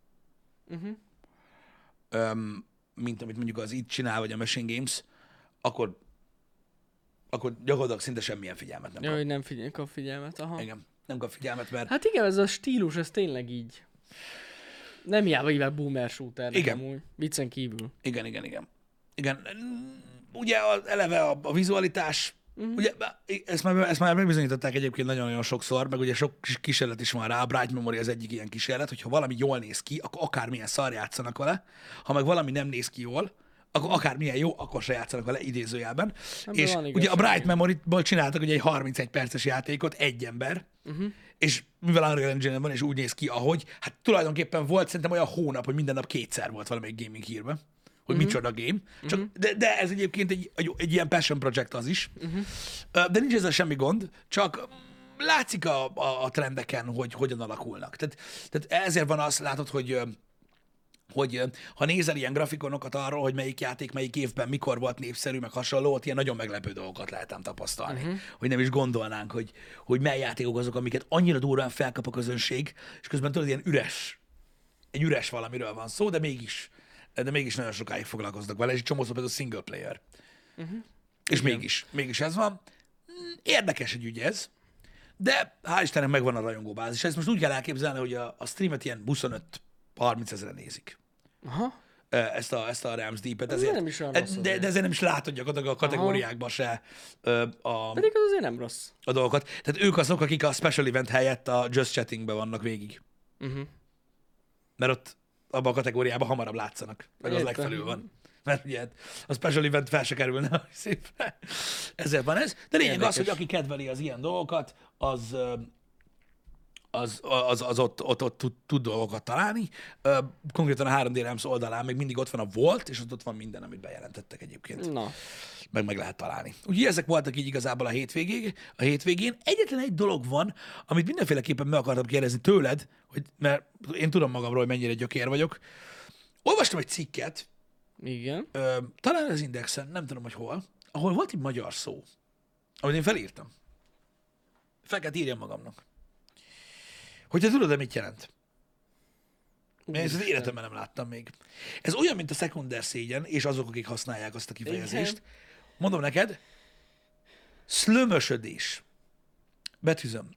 mint amit mondjuk az itt csinál, vagy a Machine Games, akkor gyakorlatilag szinte semmilyen figyelmet nem kap. Jó, hogy nem kap figyelmet, aha. Igen, nem kap figyelmet, mert... Hát igen, ez a stílus, ez tényleg így. Nem hiába hívják boomer shooter. Igen. Amúgy. Viccen kívül. Igen. Ugye eleve a vizualitás, ugye ezt már megbizonyították egyébként nagyon-nagyon sokszor, meg ugye sok kísérlet is van rá, a Bright Memory az egyik ilyen kísérlet, hogyha valami jól néz ki, akkor akármilyen szar játszanak vele, ha meg valami nem néz ki jól, akkor akármilyen jó, akkor se játszanak vele idézőjelben. Nem, és ugye a Bright Memory-ból csináltak ugye egy 31 perces játékot, egy ember, és mivel Unreal Engine van, és úgy néz ki, ahogy, hát tulajdonképpen volt szerintem olyan hónap, hogy minden nap kétszer volt valamelyik gaming hírben, hogy micsoda game. Csak, de ez egyébként egy ilyen passion project az is. De nincs ezzel semmi gond, csak látszik a trendeken, hogy hogyan alakulnak. Tehát ezért van azt, látod, hogy ha nézel ilyen grafikonokat arról, hogy melyik játék melyik évben mikor volt népszerű, meg hasonló, ott ilyen nagyon meglepő dolgokat lehetem tapasztalni. Hogy nem is gondolnánk, hogy mely játékok azok, amiket annyira durván felkap a közönség, és közben tudod, ilyen egy üres valamiről van szó, de mégis nagyon sokáig foglalkoznak vele, és egy csomószor például single player. És mégis ez van. Érdekes egy ügy ez, de hál' Istennek megvan a rajongóbázis. Ezt most úgy kell elképzelni, hogy a streamet ilyen 25-30 ezeren nézik. Aha. Ezt a Realms Deep-et. Ez nem is olyan rossz de ezért nem is látod gyakorlatilag a kategóriákban se Pedig az azért nem rossz. a dolgokat. Tehát ők azok, akik a special event helyett a Just Chattingbe vannak végig. Mert ott abban a kategóriában hamarabb látszanak. Meg az legfelül van. Mert ugye a special event fel se kerülne szépen. Ezért van ez. De lényeg az, hogy aki kedveli az ilyen dolgokat, az ott tud dolgokat találni. Konkrétan a 3D Realms oldalán még mindig ott van a Volt, és ott van minden, amit bejelentettek egyébként. Na. Meg lehet találni. Úgyhogy ezek voltak így igazából a hétvégén. Egyetlen egy dolog van, amit mindenféleképpen meg akartam kérdezni tőled, mert én tudom magamról, hogy mennyire gyökér vagyok. Olvastam egy cikket, Igen. talán az Indexen, nem tudom, hogy hol, ahol volt egy magyar szó, amit én felírtam. Fel kell írjam magamnak. Hogyha tudod, mit jelent. Mert ezt az életemben nem láttam még. Ez olyan, mint a szekunder szégyen, és azok, akik használják azt a kifejezést. Mondom neked, szlömösödés. Betűzöm.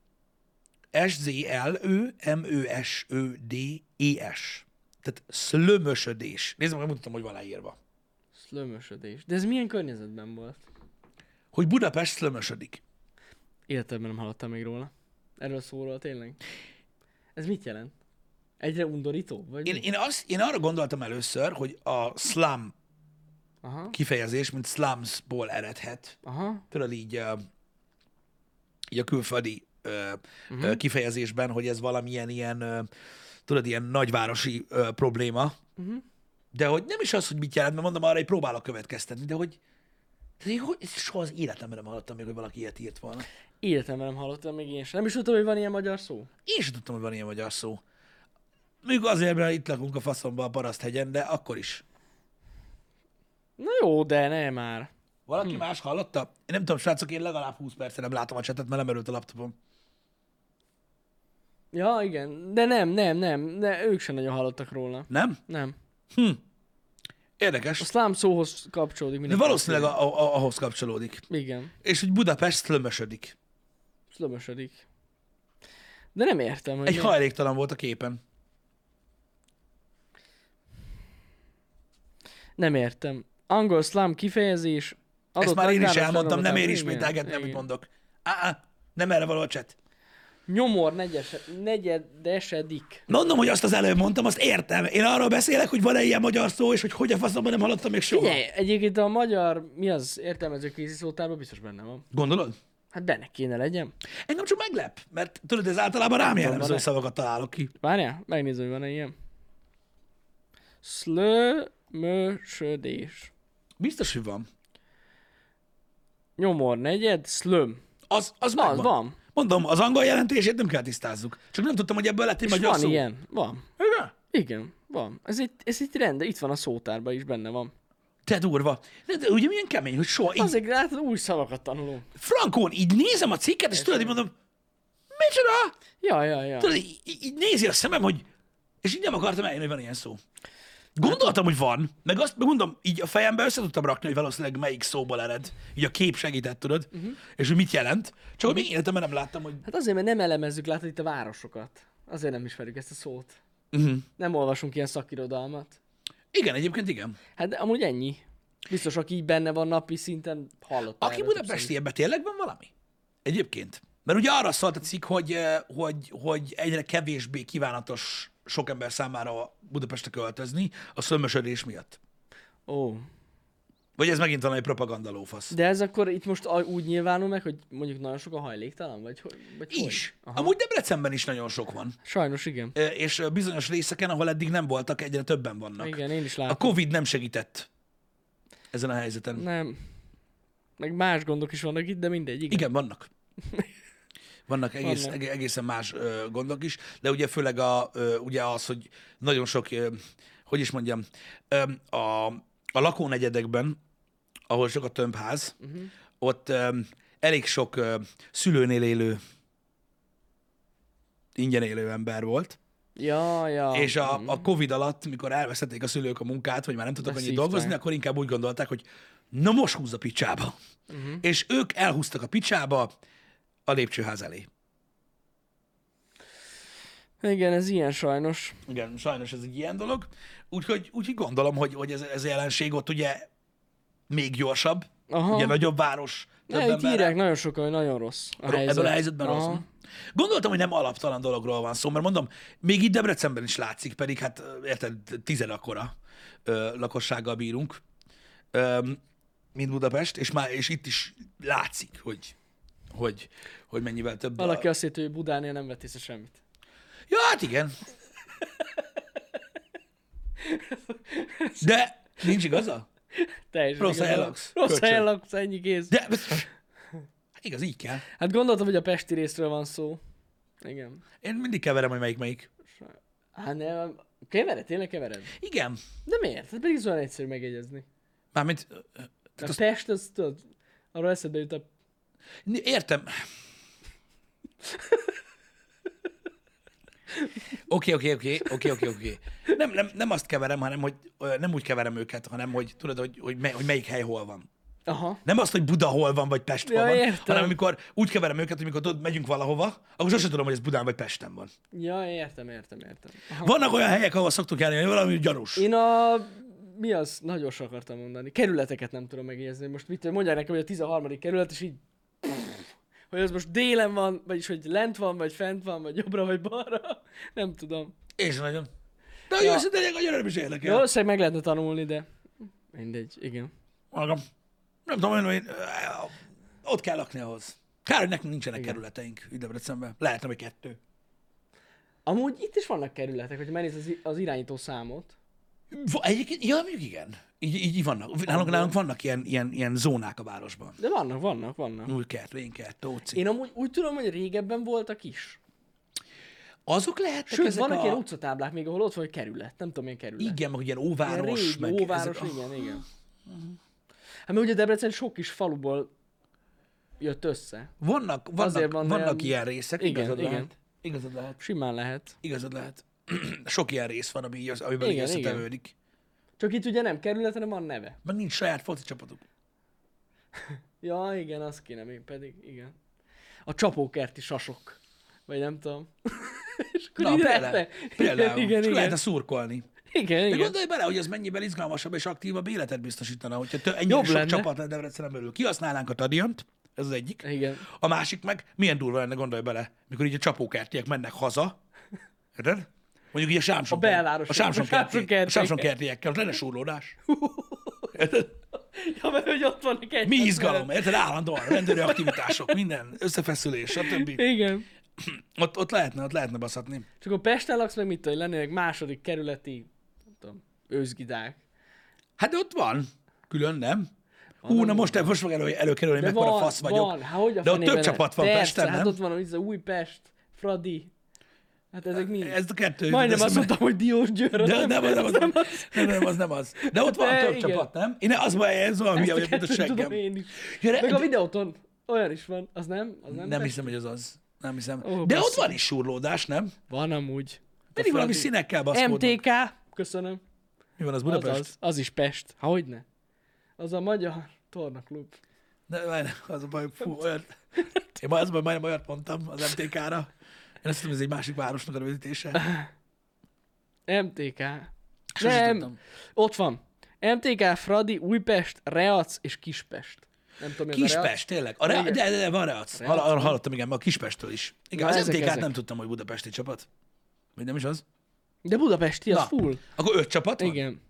S-Z-L-Ö-M-Ö-S-Ö-D-E-S. Tehát szlömösödés. Nézd meg, mutatom, hogy van leírva. Szlömösödés. De ez milyen környezetben volt? Hogy Budapest szlömösödik. Életemben nem hallottam még róla. Erről szólal tényleg. Ez mit jelent? Egyre undorító? Vagy én arra gondoltam először, hogy a slum kifejezés, mint slumsból eredhet. Tudod így a külföldi kifejezésben, hogy ez valamilyen ilyen, tudod, ilyen nagyvárosi probléma. De hogy nem is az, hogy mit jelent, mert mondom, arra egy próbálok következtetni, de hogy soha az életemben nem hallottam még, hogy valaki ilyet írt volna. Életemben nem hallottam még én sem. Nem is tudtam, hogy van ilyen magyar szó. Én sem tudtam, hogy van ilyen magyar szó. Még azért, mert itt lakunk a faszomban a Paraszthegyen, de akkor is. Na jó, de ne már. Valaki más hallotta? Én nem tudom, srácok, én legalább 20 percre nem látom a csetet, mert nem erőlt a laptopom. Ja, igen. De nem. De ők sem nagyon hallottak róla. Nem? Nem. Érdekes. A szlám szóhoz kapcsolódik De mindenki. valószínűleg ahhoz kapcsolódik. Igen, És hogy Budapest szlömösödik. szlömösödik. De nem értem, hogy Egy miért. hajléktalan volt a képen. Nem értem. Angol szlám kifejezés. Ezt már én is elmondtam, nem ér Igen, ismételgetni, amit igen. mondok. Nem erre való a chat. Nyomor negyedesedik. Mondom, hogy azt az előbb mondtam, azt értem. Én arról beszélek, hogy van-e ilyen magyar szó, és hogy a faszomban nem hallottam még soha. Figyelj, egyébként a magyar, mi az értelmező kézi szótárban biztos benne van. Gondolod? Hát benne kéne legyen. Engem csak meglep, mert tudod, ez általában rám jellemző van-e? szavakat találok ki. Várjál, megnézem, hogy van-e ilyen. Szlömösödés. Biztos, hogy van. Nyomor negyed, szlöm. Az Az megvan. van. Mondom, az angol jelentését nem kell tisztázzuk. Csak nem tudtam, hogy ebből lett egy És magyar van szó. ilyen. Van. Igen? Igen, van. Ez itt rende, itt van a szótárban is, benne van. Te durva. De ugye milyen kemény, hogy soha így... Azért látod, új szavakat tanulunk. Frankón, így nézem a cikket, és tudod, így mondom, micsoda? Ja. Tudod, így nézi a szemem, hogy... És így nem akartam eljönni, hogy van ilyen szó. Gondoltam, hogy van, meg azt mondom, így a fejembe össze tudtam rakni, hogy valószínűleg melyik szóból ered. Így a kép segített, tudod? És hogy mit jelent. Csak hogy még életemben nem láttam, hogy... Hát azért, mert nem elemezzük, látod itt a városokat. Azért nem ismerjük ezt a szót. Nem olvasunk ilyen szakirodalmat. Igen, egyébként igen. Hát de amúgy ennyi. Biztos, aki így benne van napi szinten, hallotta. Aki erről budapesti, ebben tényleg van valami? Egyébként. Mert ugye arra szólt a cikk, hogy egyre kevésbé kívánatos sok ember számára Budapestre költözni a szömösödés miatt. többször. Ó. Vagy ez megint valami propagandalófasz. De ez akkor itt most úgy nyilvánul meg, hogy mondjuk nagyon sok a hajléktalan? Vagy hogy? Is. Amúgy Debrecenben is nagyon sok van. Sajnos igen. És bizonyos részeken, ahol eddig nem voltak, egyre többen vannak. Igen, én is A látom. Covid nem segített ezen a helyzeten. Nem. Meg más gondok is vannak itt, de mindegy. Igen. Igen, vannak. Vannak egészen más gondok is, de ugye főleg ugye az, hogy nagyon sok, hogy is mondjam, a lakónegyedekben, ahol sok a tömbház, ott elég sok szülőnél élő, ingyen élő ember volt, Ja. és a Covid alatt, mikor elvesztették a szülők a munkát, vagy már nem tudtak annyit Beszívták. dolgozni, akkor inkább úgy gondolták, hogy na most húzz a picsába. És ők elhúztak a picsába a lépcsőház elé. Igen, ez ilyen sajnos. Igen, sajnos ez egy ilyen dolog. Úgyhogy gondolom, hogy ez a jelenség ott ugye még gyorsabb, Aha. ugye nagyobb város, több Ne, itt emberrel. írják nagyon sokan, hogy nagyon rossz a helyzet. Ebből a helyzetben rossz. Aha. Gondoltam, hogy nem alaptalan dologról van szó, mert mondom, még itt Debrecenben is látszik, pedig hát érted, 10 akkora lakossággal bírunk, mint Budapest, és itt is látszik, hogy mennyivel több. Valaki azt hitt, hogy Budánél nem vett észre semmit. Ja, hát igen. De nincs igaza? Teljesen Rossz igazad. helyen laksz. Rossz Kölcsön. helyen laksz, ennyi kész. De igaz, így kell. Hát gondoltam, hogy a pesti részről van szó. Igen. Én mindig keverem, hogy melyik. Hát nem, kevered, tényleg kevered? Igen. De miért? Hát pedig ez olyan egyszerű megjegyezni. Mármint, A Pest, az tudod, arra eszedbe jut a... értem. Oké. Nem azt keverem, hanem hogy nem úgy keverem őket, hanem hogy tudod, hogy melyik hely hol van. Aha. Nem azt, hogy Buda hol van, vagy Pest hol Ja, van, értem. hanem amikor úgy keverem őket, hogy amikor tudod, megyünk valahova, akkor sosem tudom, hogy ez Budán vagy Pesten van. Ja, értem. Aha. Vannak olyan helyek, ahol szoktuk járni, hogy valami gyanús. Én a... Mi az? Nagyon sok akartam mondani. Kerületeket nem tudom megjegyezni. Most mit mondják nekem, hogy a 13. kerület, és így... Hogy az most délen van, vagyis hogy lent van, vagy fent van, vagy jobbra, vagy balra. Nem tudom. És nagyon. De hogy Ja. őszintén, annyira nem is érdekel. Valószínűleg meg lehetne tanulni, de... Mindegy, igen. Magam. Nem tudom, hogy ott kell lakni ahhoz. Kár, hogy nekünk nincsenek kerületeink itt Debrecenben. Lehetne, hogy 2. Amúgy itt is vannak kerületek, hogyha megnézed az irányító számot. Egyébként, ja, mondjuk igen. Így vannak. Nálunk vannak ilyen zónák a városban. De vannak. Új kert, vénkert, tóci. Én amúgy úgy tudom, hogy régebben voltak is. Azok lehetnek Sőt, ezek vannak ilyen utcatáblák még, ahol ott van, hogy kerület. Nem tudom, milyen kerület. Igen, meg ilyen Ilyen óváros. régi meg óváros, ezek... igen. Hát mert ugye Debrecen sok kis faluból jött össze. Azért van vannak olyan- ilyen részek, Igen, igazad igen. lehet. Igazad lehet. Simán lehet. Igazad lehet. Sok ilyen rész van, amiben Igen, összetevődik. Csak itt ugye nem kerület, hanem van neve. Meg nincs saját foci csapatuk. Ja, igen, az kéne még pedig, igen. A csapókerti sasok. Vagy nem tudom. És akkor Na, így például. lehetne. Például. Igen, Csak igen. lehetne szurkolni. Igen, De igen. gondolj bele, hogy ez mennyivel izgalmasabb és aktívabb életet biztosítana, hogyha ennyire Jobb sok lenne. csapat lenne Debrecenen belül. Kihasználnánk a stadiont, ez az egyik. Igen. A másik meg, milyen durva lenne, gondolj bele, mikor így a csapókertiek mennek haza, érted? Mondjuk így a Sámson, A belvárosi- a Sámson a Sámson kertiek, a Sámson kertiek. kertiekkel, ott lenne súrlódás. Érted? Ja, mert hogy ott vannak egy. Mi izgalom, érted? Állandóan, rendőri aktivitások, minden, összefeszülés, stb. Igen. Ott lehetne baszatni. Csak a Pesten laksz, meg mit tudom, lennének második kerületi, nem tudom, őzgidák. Hát de ott van, külön, nem? Van, Na most fog előkerülni, De mekkora van, fasz vagyok. van. Hát, hogy a De ott fenében több ne? csapat van Persze, Pesten, hát nem? ott van az a Újpest, Fradi. Hát ezek mind. Ez a kettő. Majdnem de azt mondtam, hogy Diós Győr. De nem az nem az. De ott van De több igen. csapat, nem? Én az baj, ez olyan hülye, hogy a Ezt tudom seggem. én is. Ja, Meg a videóton olyan is van. Az nem? nem Pest? hiszem, hogy az az. Nem hiszem. Ó, De ott basszus. van is surlódás, nem? Van amúgy. Pedig valami Fradi. színekkel baszkódnak. MTK. Köszönöm. Mi van, az Budapest? Az is Pest. Hogyne. Az a magyar tornaklub. De várj, az a baj, fú, olyan... Én az baj, majdnem olyat mondtam az MTK-ra. Én azt tudom, ez egy másik városnak a rövidítése. MTK. Sose Nem. tudtam. Ott van. MTK, Fradi, Újpest, Reac és Kispest. Nem tudom, mi az a Reac. Kispest, tényleg. Igen. De van Reac. Reac Arra van. hallottam, igen, a Kispestől is. Igen, Na, az ezek, MTK-t ezek. nem tudtam, hogy budapesti csapat. Vagy nem is az? De budapesti, az Na. full. Akkor 5 csapat van? Igen.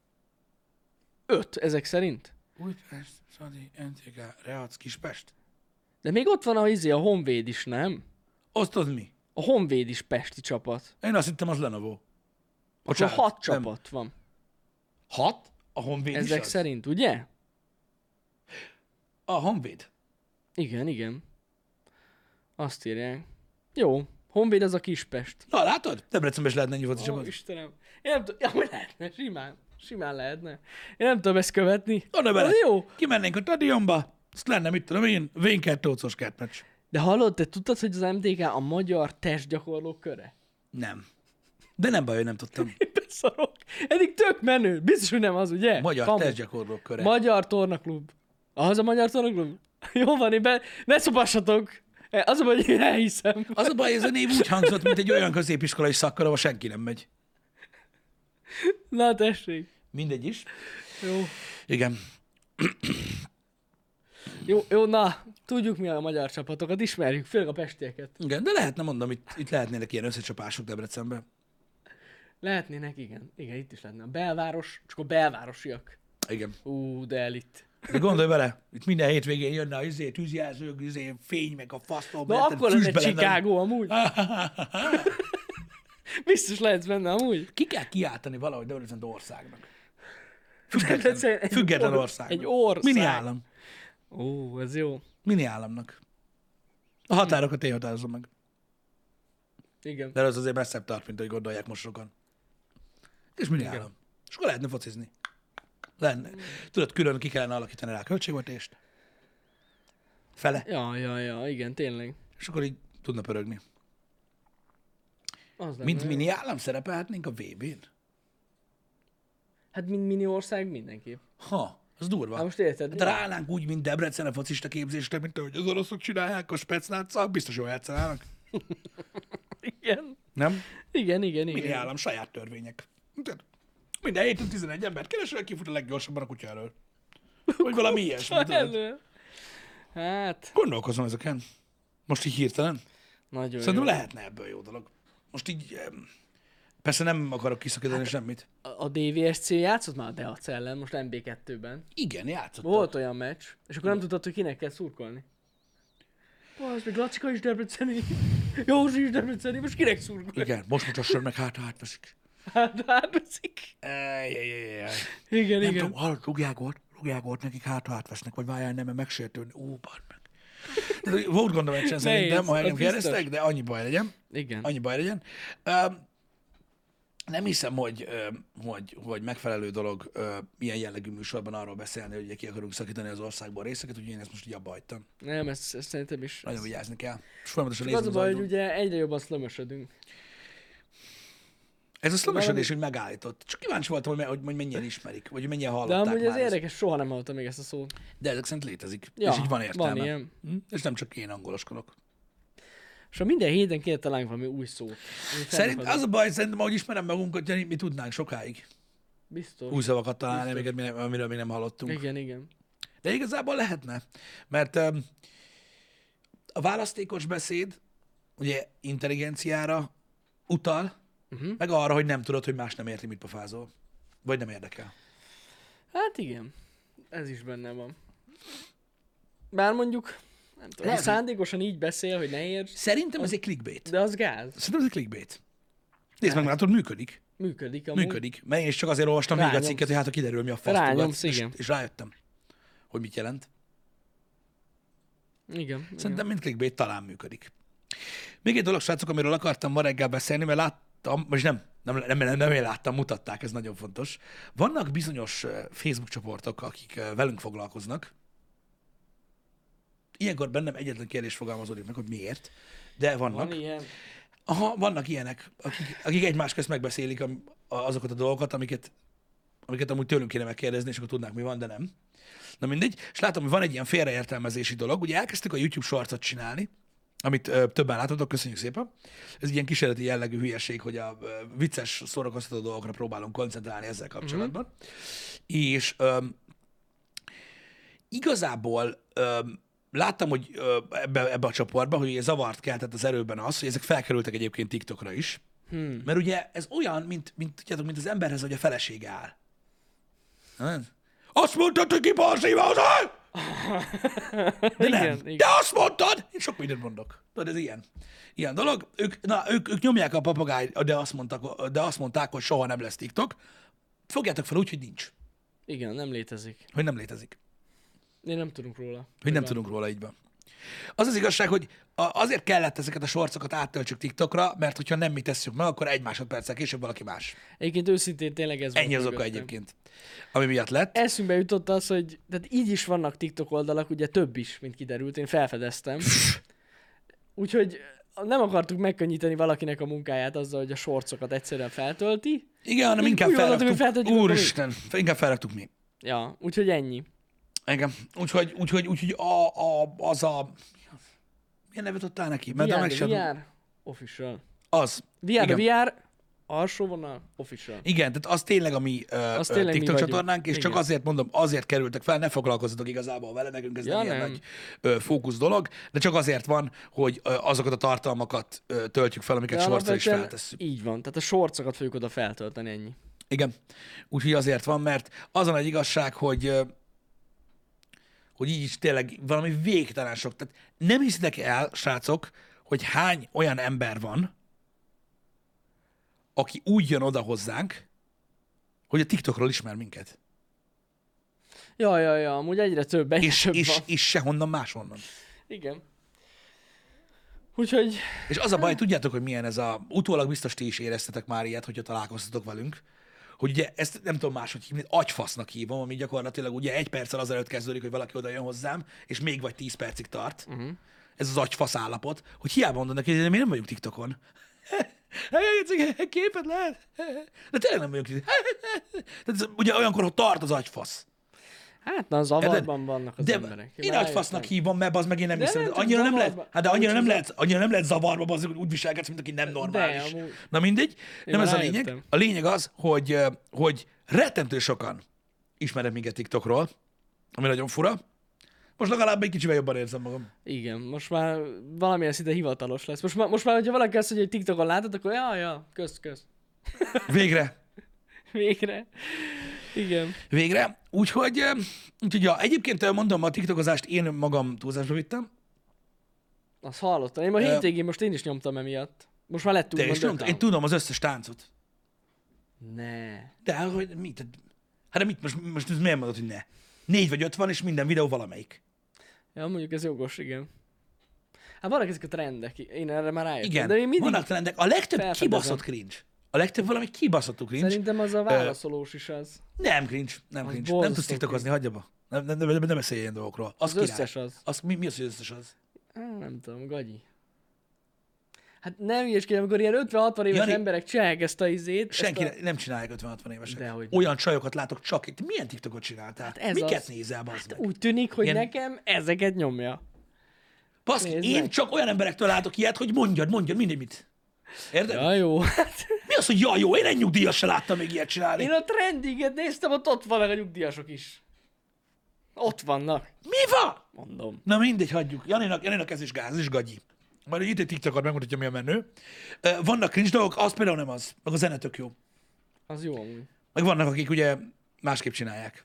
5 ezek szerint. Újpest, Fradi, MTK, Reac, Kispest. De még ott van a Honvéd is, nem? Osztod mi? A Honvéd is pesti csapat. Én azt hittem, az Lenovo. Akkor 6 csapat van. 6? A Honvéd is Ezek az? szerint, ugye? A Honvéd. Igen, igen. Azt írják. Jó. Honvéd az a Kispest. Na, látod? Debrecenben is lehetne ennyi foci Ó, csapat. Istenem. Én nem tudom, ja, hogy lehetne, simán. Simán lehetne. Én nem tudom ezt követni. Gondolj bele, Az jó. kimennénk a stadionba, azt lenne, mit tudom én, Vénkertócos kertmeccs. De hallod, te tudtad, hogy az MTK a magyar testgyakorlók köre? Nem. De nem baj, hogy nem tudtam. Beszarok. Eddig tök menő. Biztos, hogy nem az, ugye? Magyar Kamu. testgyakorlók köre. Magyar tornaklub. Az a magyar tornaklub? Jó van, ne szopassatok. Az a baj, hogy én elhiszem. Az a baj, ez a név úgy hangzott, mint egy olyan középiskolai szakkar, ahol senki nem megy. Na, tessék. Mindegy is. Jó. Igen. Jó, na, tudjuk mi a magyar csapatokat, ismerjük, főleg a pestieket. Igen, de lehetne, mondom, itt lehetnének ilyen összecsapások Debrecenben. Lehetnének, igen. Igen, itt is lehetne. A belváros, csak a belvárosiak. Igen. De elit. De gondolj vele, itt minden hétvégén jönne a tűzjelzők, fény, meg a fasztom. Na, akkor lenne Chicago amúgy. Biztos lehetsz benne amúgy. Ki kell kiáltani valahogy Debrecent országnak. Debrecen egy Független országnak. Egy ország. Mini állam. Ez jó. Mini államnak. A határokat én határozom meg. Igen. De az azért messzebb tart, mint hogy gondolják most sokan. És mini állam. És akkor lehetne focizni. Lenne. Tudod, külön ki kellene alakítani rá a költségvetést. Fele. Ja, igen, tényleg. És akkor így tudna pörögni. Az lenne Mint jó. mini állam szerepelhetnénk a VB-n? Hát mint mini ország mindenképp. Ha, az durva. Hát most érted? Hát ráállnánk úgy, mint Debrecen a focista képzésre, mint ahogy az oroszok csinálják a specnáccal, biztos jól játszanának. Igen. Nem? Igen. Mini állam, saját törvények. Tehát minden héten 11 embert keresel, kifut a leggyorsabban a kutya elől. Vagy valami ilyesmi. tudod? Elő. Hát, Gondolkozom ezeken. Most így hirtelen. nagyon Szerintem jó. lehetne ebből jó dolog. Most így, persze nem akarok kiszakítani semmit. A DVSC játszott már a Deac ellen, most MB2-ben. Igen, játszottam. Volt olyan meccs, és akkor nem tudtad, hogy kinek kell szurkolni. Az még Lacika is debreceni, Józsi is debreceni, most kinek szurkolni? Igen, most mutassad meg, hát átveszik. Hát átveszik. Ejjjjjjjjjj. Igen, Nem igen. tudom, hallod, rúgják volt nekik, hát átvesznek, vagy várjál, nem, mert megsértődni. Bad meg. Tehát, volt gondom meccsen szerintem, ha az engem biztos. kérdeztek, de annyi baj legyen. Igen. Annyi baj legyen. Nem hiszem, hogy megfelelő dolog ilyen jellegű műsorban arról beszélni, hogy ugye ki akarunk szakítani az országból részeket, úgyhogy én ezt most így abba hagytam. Nem, ezt szerintem is. Nagyon vigyázni kell. És folyamatosan Csak az a nézni baj, hogy ajtón. ugye egyre jobban szlömösödünk. Ez a szlomesedés, hogy megállított. Csak kíváncsi voltam, hogy mennyien ismerik, vagy mennyien De hallották amúgy ez már ezt. érdekes, soha nem hallottam még ezt a szót. De ezek szerint létezik. Ja, És így van értelme. van ilyen. És nem csak én angoloskodok. És minden héten kéne találni valami új szót. Szerint az a baj, szerintem, ahogy ismerem magunkat, Jani, mi tudnánk sokáig Biztos. új szavakat találni, amiről még nem hallottunk. Igen, igen. De igazából lehetne, mert a választékos beszéd ugye intelligenciára utal, meg arra, hogy nem tudod, hogy más nem érti, mit pofázol. Vagy nem érdekel. Hát igen. Ez is benne van. Bár mondjuk, nem tudom, Lehet, szándékosan így beszél, hogy ne érts, Szerintem ez egy clickbait. de az gáz. Szerintem ez egy clickbait. Nézd meg, látod, működik. Működik amúgy. Működik. Mert én is csak azért olvastam még a Rányomsz. cikket, hogy hát ha kiderül, mi a fasz Rányomsz, tudod, igen. és rájöttem, hogy mit jelent. Igen. Szerintem mint clickbait talán működik. Még egy dolog, srácok, amiről akartam ma reggel beszélni, mert láttam, most nem én láttam, mutatták, ez nagyon fontos. Vannak bizonyos Facebook csoportok, akik velünk foglalkoznak. Ilyenkor bennem egyetlen kérdés fogalmazódik meg, hogy miért, de vannak. Van ilyen. Aha, vannak ilyenek, akik egymás közt megbeszélik azokat a dolgokat, amiket amúgy tőlünk kéne megkérdezni, és akkor tudnák, mi van, de nem. Na mindegy. És látom, hogy van egy ilyen félreértelmezési dolog. Ugye elkezdtük a YouTube Shorts-ot csinálni, amit többen látotok, köszönjük szépen. Ez egy ilyen kísérleti jellegű hülyeség, hogy a vicces, szórakoztató dolgokra próbálunk koncentrálni ezzel kapcsolatban. És igazából láttam, mint ebbe a csoportba, hogy ugye zavart keltett az erőben az, hogy ezek felkerültek egyébként TikTokra is. Mert ugye ez olyan, tudjátok, mint az emberhez, hogy a felesége áll. Azt mondtad, hogy kipasszívázol! De nem. Igen. De azt mondtad! Én sok mindent mondok. Tudod, ez ilyen dolog. Ők nyomják a papagájt, de azt mondták, hogy soha nem lesz TikTok. Fogjátok fel úgy, hogy nincs. Igen, nem létezik. Hogy nem létezik. Én nem tudunk róla. Hogy nem tudunk róla, így van. Az az igazság, hogy azért kellett ezeket a sorcokat áttöltsük TikTokra, mert hogyha nem mi tesszük meg, akkor egy másodperccel később valaki más. Egyébként őszintén tényleg ez Ennyi volt az oka mögöttem. egyébként, ami miatt lett. Eszünkbe jutott az, hogy tehát így is vannak TikTok oldalak, ugye több is, mint kiderült, én felfedeztem. Úgyhogy nem akartuk megkönnyíteni valakinek a munkáját azzal, hogy a shortsokat egyszerűen feltölti. Igen, hanem Így inkább úgy gondoltuk, hogy felraktuk. feltöltjük, akkor Úristen, inkább felraktuk mi. Ja, úgyhogy ennyi. Igen. Úgyhogy az a... Milyen nevet adtál neki? Mert VR, meg sem... VR official. Az. VR, Igen. VR, alsó vonal, official. Igen, tehát az tényleg a mi tényleg mi TikTok vagyunk. csatornánk, és csak Igen. azért mondom, azért kerültek fel, ne foglalkozzatok igazából vele, nekünk ez Ja, nem ilyen nem. nagy fókusz dolog, de csak azért van, hogy azokat a tartalmakat töltjük fel, amiket De sorcra is alapvetően feltesszük. így van, tehát a shortsokat fogjuk oda feltölteni, ennyi. Igen. Úgyhogy azért van, mert azon egy igazság, hogy így is tényleg valami végtelen sok. Tehát nem hiszitek el, srácok, hogy hány olyan ember van, aki úgy jön oda hozzánk, hogy a TikTokról ismer minket. Ja, amúgy egyre több, egyre több van. És sehonnan máshonnan. Igen. Úgyhogy És az a baj, tudjátok, hogy milyen ez a... Utólag biztos ti is éreztetek már ilyet, hogyha találkoztatok velünk, hogy ugye ezt nem tudom máshogy hívni, agyfasznak hívom, ami gyakorlatilag ugye 1 perccel azelőtt kezdődik, hogy valaki oda jön hozzám, és még vagy 10 percig tart. Ez az agyfasz állapot, hogy hiába mondod neki, hogy mi nem vagyunk TikTokon. Képet lehet? De tényleg nem vagyunk TikTokon. Tehát ez ugye olyankor, hogy tart az agyfasz. hát na, zavarban vannak az De emberek. én agyfasznak hívom, mert az meg én nem De hiszem. nem De csak annyira nem lehet, zavarba. hát de annyira Nem nem csak lehet, annyira nem lehet zavarba, az, hogy úgy viselkedsz, mint aki nem normális. amúgy. Na mindegy, nem már ez a lényeg. rájöttem. A lényeg az, hogy rettentő sokan ismerek minket TikTokról, ami nagyon fura. Most legalább egy kicsivel jobban érzem magam. Igen, most már valamilyen szinte hivatalos lesz. Most már hogyha valaki azt mondja, hogy TikTokon látod, akkor ja, kösz. Végre. Végre. Igen. Végre. Úgyhogy ja, egyébként mondom, a TikTokozást én magam túlzásba vittem. Azt hallottam. Én a hétvégén most én is nyomtam emiatt. Most már lett Te is úgymond nyomtad? Én tudom az összes táncot. Ne. De hogy mit? Hát de mit? Most miért mondod, hogy ne? 4 vagy 5 van, és minden videó valamelyik. Ja, mondjuk ez jogos, igen. Hát vannak ezek a trendek, én erre már rájöttem. Igen, De én mindig vannak trendek. A legtöbb felfedezem. kibaszott cringe. A legtöbb valami kibaszottul cringe. Szerintem az a válaszolós is az. Nem cringe, nem Az cringe. Nem borzasztó tudsz tiktokozni, hagyja abba. Nem beszélj ilyen dolgokról. Az Az király. összes az. Mi az, hogy összes az? Nem tudom, gagyi. Hát nem ilyeskedj, amikor ilyen 50-60 éves Jani, emberek csinálják ezt a izét. Senki ezt nem csinálják 50-60 évesek. Dehogy. Olyan csajokat látok csak itt. Milyen TikTokot csináltál? Hát ez Miket az. nézel, bazd meg? Úgy tűnik, hogy Ilyen- nekem ezeket nyomja. Baszki, Nézd én meg. csak olyan emberektől látok ilyet, hogy mondjad, mindegy mit. Érted? Ja, jó. Mi az, hogy jó, én egy nyugdíjas se láttam még ilyet csinálni. Én a trendinget néztem, ott vannak a nyugdíjasok is. Ott vannak, Mi van? mondom. Na mindegy, hagyjuk. Janinak ez is gáz, ez is gagyi. Majd itt egy TikTokot megmutatja, mi a menő. Vannak cringe dolgok, az például nem az. Meg a zene tök jó. Az jó amúgy. Meg vannak, akik ugye másképp csinálják.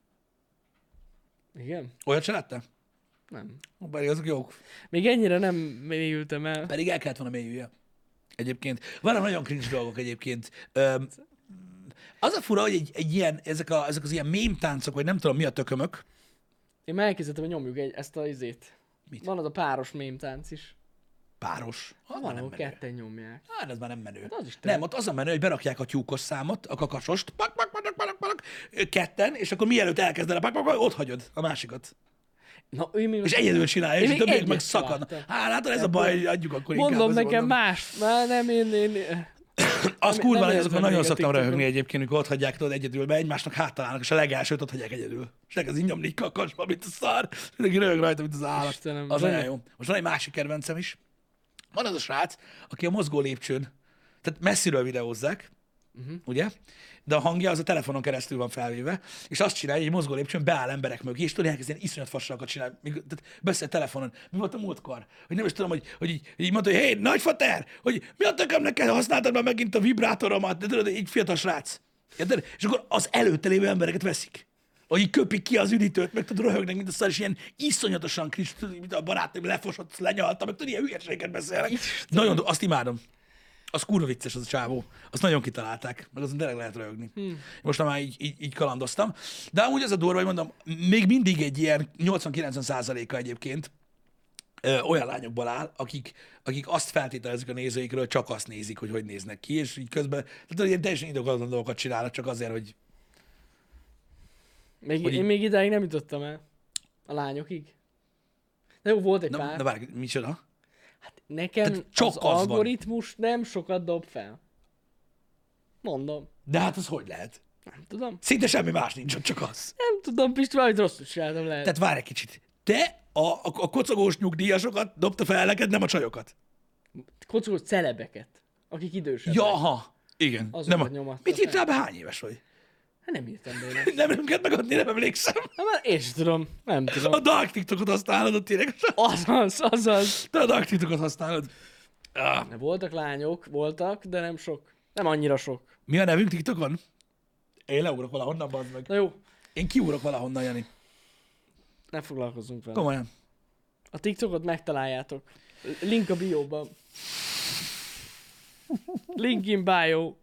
Igen? Olyat se láttál? Nem. Pedig azok jók. Még ennyire nem mélyültem el. Pedig el kellett volna mélyülje. Egyébként. Vannak nagyon cringe dolgok egyébként. Az a fura, hogy egy ilyen, ezek az ilyen mém táncok, vagy nem tudom mi a tökömök. Én már elkezdtem, hogy nyomjuk ezt a izét. Mit? Van az a páros mémtánc is. Páros. Az már Van, nem ahol menő. ketten nyomják. Hát ez már nem menő. az is Nem, ott az a menő, hogy berakják a tyúkos számot, a kakasost, ketten, és akkor mielőtt elkezdenek, ott hagyod a másikat. Na, ő még És egyedül csinálja, Én és a még többiek egyet meg sem szakadnak. láttam. Hát látod, ez a baj, hogy adjuk akkor Mondom inkább. azért nekem mondom. más. Már nem én. Az nem kurva, hogy érzem azokon még nagyon a szoktam TikTokon. röhögni egyébként, amikor ott hagyják tudod egyedül be, egymásnak háttalálnak, és a legelsőt ott hagyják egyedül. És elkezd így nyomni így kakasba, mint a szar, és mindenki röhög rajta, mint az állat. Istenem, Az nagyon- olyan jó. Most van egy másik kedvencem is. Van az a srác, aki a mozgó lépcsőn, tehát messziről videózzák, ugye? De a hangja az a telefonon keresztül van felvéve, és azt csinálja, hogy egy mozgó lépcsőn beáll emberek mögé, és tudod, elkezd ilyen iszonyat fasságokat csinálni, tehát beszél telefonon. Mi volt a múltkor? Hogy nem is tudom, hogy így mondta, hogy hé, nagyfater, hogy mi a tökömnek kell, használtad már megint a vibrátoromat, de tudod, egy fiatal srác. Érted? És akkor az előtte lévő embereket veszik. Hogy így köpik ki az üdítőt, meg tudod, röhögnek, mint a szar, és ilyen iszonyatosan kis, tudod, mint a barátom lefosott, lenyalta, meg tudod, ilyen hülyeséget beszélnek. Nagyon, azt imádom. Az kurva vicces az a csávó. Azt nagyon kitalálták, meg azon tényleg lehet röhögni. Most már így kalandoztam. De amúgy az a durva, hogy mondom, még mindig egy ilyen 80-90%-a egyébként olyan lányokból áll, akik azt feltételezik a nézőikről, csak azt nézik, hogy néznek ki, és így közben, tehát ilyen teljesen indokolatlan dolgokat csinálnak, csak azért, hogy Én még idáig nem jutottam el. A lányokig. De jó, volt egy na, pár. na várj, micsoda? Nekem Tehát csak az az van. algoritmus nem sokat dob fel. Mondom. De hát az hogy lehet? Nem tudom. Szinte semmi más nincs, ott csak az. Nem tudom, Pisti, valamit rosszul csináltam lehet. Tehát várj egy kicsit. Te a kocogós nyugdíjasokat dobta fel neked, nem a csajokat. Kocogós celebeket, akik idősebbek. Jaha. Igen. Azokat Nem nyomatta mit fel. írtál be, hány éves vagy? Hát nem írtam bele. Nem kellett megadni, nem emlékszem. Hát már én sem tudom. Nem tudom. A Dark TikTokot használod, ott tényleg. Azaz. Te a Dark TikTokot használod. Ah. Voltak lányok, de nem sok. Nem annyira sok. Mi a nevünk TikTokon? Én leugrok valahonnan, bazd meg. Na jó, Én kiugrok valahonnan, Jani. ne foglalkozzunk vele. Komolyan. A TikTokot megtaláljátok. Link a bióban. Link in bio.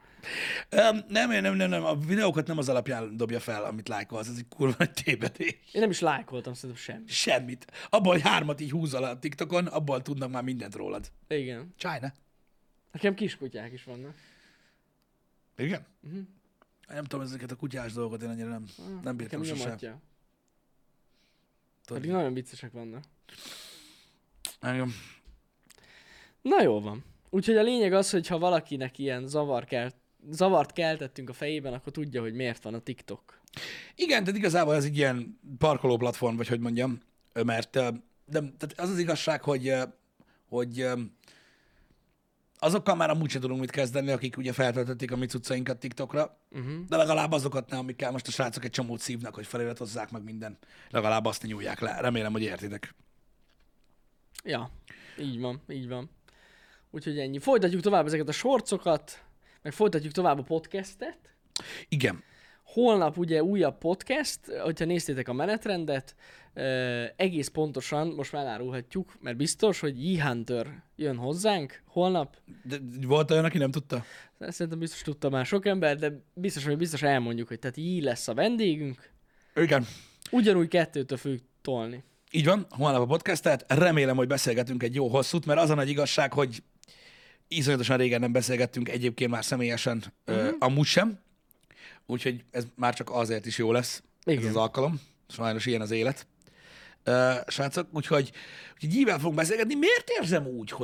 Nem. A videókat nem az alapján dobja fel, amit lájkolsz. Ez egy kurva nagy tévedés. Én nem is lájkoltam szerintem semmit. Semmit. Abban, hogy 3 így húzol a TikTokon, abból tudnak már mindent rólad. Igen. China. Nekem kiskutyák is vannak. Igen? Nem tudom, ezeket a kutyás dolgokat én annyira nem bírtam Nekem sosem. nyomatja. Tudod. Pedig nagyon viccesek vannak. Engem. Na jó van. Úgyhogy a lényeg az, hogy ha valakinek ilyen zavart keltettünk a fejében, akkor tudja, hogy miért van a TikTok. Igen, tehát igazából ez egy ilyen parkoló platform, vagy hogy mondjam, mert tehát az az igazság, hogy azokkal már amúgy sem tudunk mit kezdeni, akik ugye feltöltötték a mi cuccainkat TikTokra, de legalább azokat ne, amikkel most a srácok egy csomót szívnak, hogy feliratozzák meg minden. Legalább azt ne nyúlják le. Remélem, hogy értitek. Ja, így van. Úgyhogy ennyi. Folytatjuk tovább ezeket a shortsokat, meg folytatjuk tovább a podcastet. Igen. Holnap ugye újabb podcast, hogyha néztétek a menetrendet, egész pontosan, most már elárulhatjuk, mert biztos, hogy E-Hunter jön hozzánk holnap. De volt olyan, aki nem tudta? Szerintem biztos tudta már sok ember, de biztos elmondjuk, hogy tehát így lesz a vendégünk. Igen. Ugyanúgy 2-től fogjuk tolni. Így van, holnap a podcastet. Remélem, hogy beszélgetünk egy jó hosszút, mert az a nagy igazság, hogy iszonyatosan régen nem beszélgettünk egyébként már személyesen, amúgy sem. Úgyhogy ez már csak azért is jó lesz, Igen. ez az alkalom. Sajnos ilyen az élet. Srácok, úgyhogy így fogunk beszélgetni. Miért érzem úgy, hogy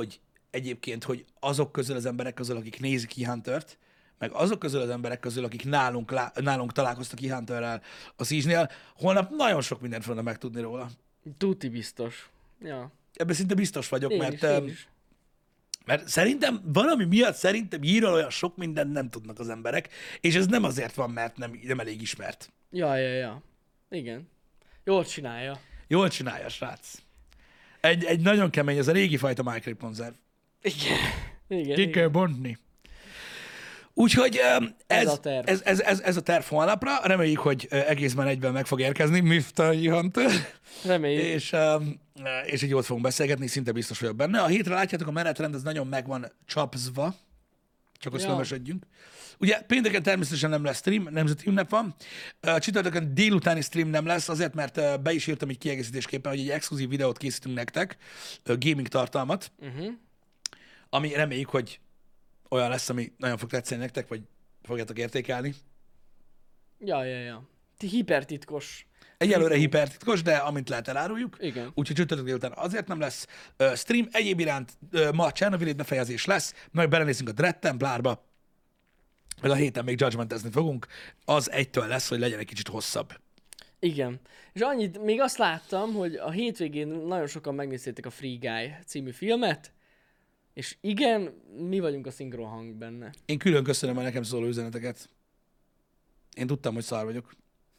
egyébként, hogy azok közül az emberek közül, akik nézik Huntert, meg azok közül az emberek közül, akik nálunk találkoztak Hunterrel a Siege-nél, holnap nagyon sok mindent fognak megtudni róla. Tuti biztos. Ja. Ebben szinte biztos vagyok, Én mert, is, én is. mert szerintem valami miatt szerintem hírról olyan sok mindent nem tudnak az emberek, és ez nem azért van, mert nem elég ismert. Ja. Igen. Jól csinálja. Jól csinálja, srác. Egy nagyon kemény, ez a régi fajta Minecraft konzerv. Igen. Ki kell bontni. Úgyhogy Ez a terv. ez a terv holnapra. Reméljük, hogy egészben egyben meg fog érkezni Miftai Hunter. Reméljük. És így jót fogunk beszélgetni, szinte biztos vagyok benne. A hétre látjátok, a menetrend az nagyon meg van csapzva. Csak hogy szlömösödjünk. Ugye pénteken természetesen nem lesz stream, nemzeti ünnep van. Csütörtökön délutáni stream nem lesz, azért, mert be is írtam egy kiegészítésképpen, hogy egy exkluzív videót készítünk nektek, gaming tartalmat, ami reméljük, hogy olyan lesz, ami nagyon fog tetszeni nektek, vagy fogjátok értékelni. Ja. Hipertitkos. Egyelőre hipertitkos, de amint lehet eláruljuk. Igen. Úgyhogy csütörtök délután azért nem lesz stream. Egyéb iránt ma Csernobyl befejezés lesz, majd belenézünk a Dread Templárba, meg a héten még judgmentezni fogunk. Az egytől lesz, hogy legyen egy kicsit hosszabb. Igen. És annyit, még azt láttam, hogy a hétvégén nagyon sokan megnézték a Free Guy című filmet, és igen, mi vagyunk a szinkron hang benne. Én külön köszönöm a nekem szóló üzeneteket. Én tudtam, hogy szar vagyok.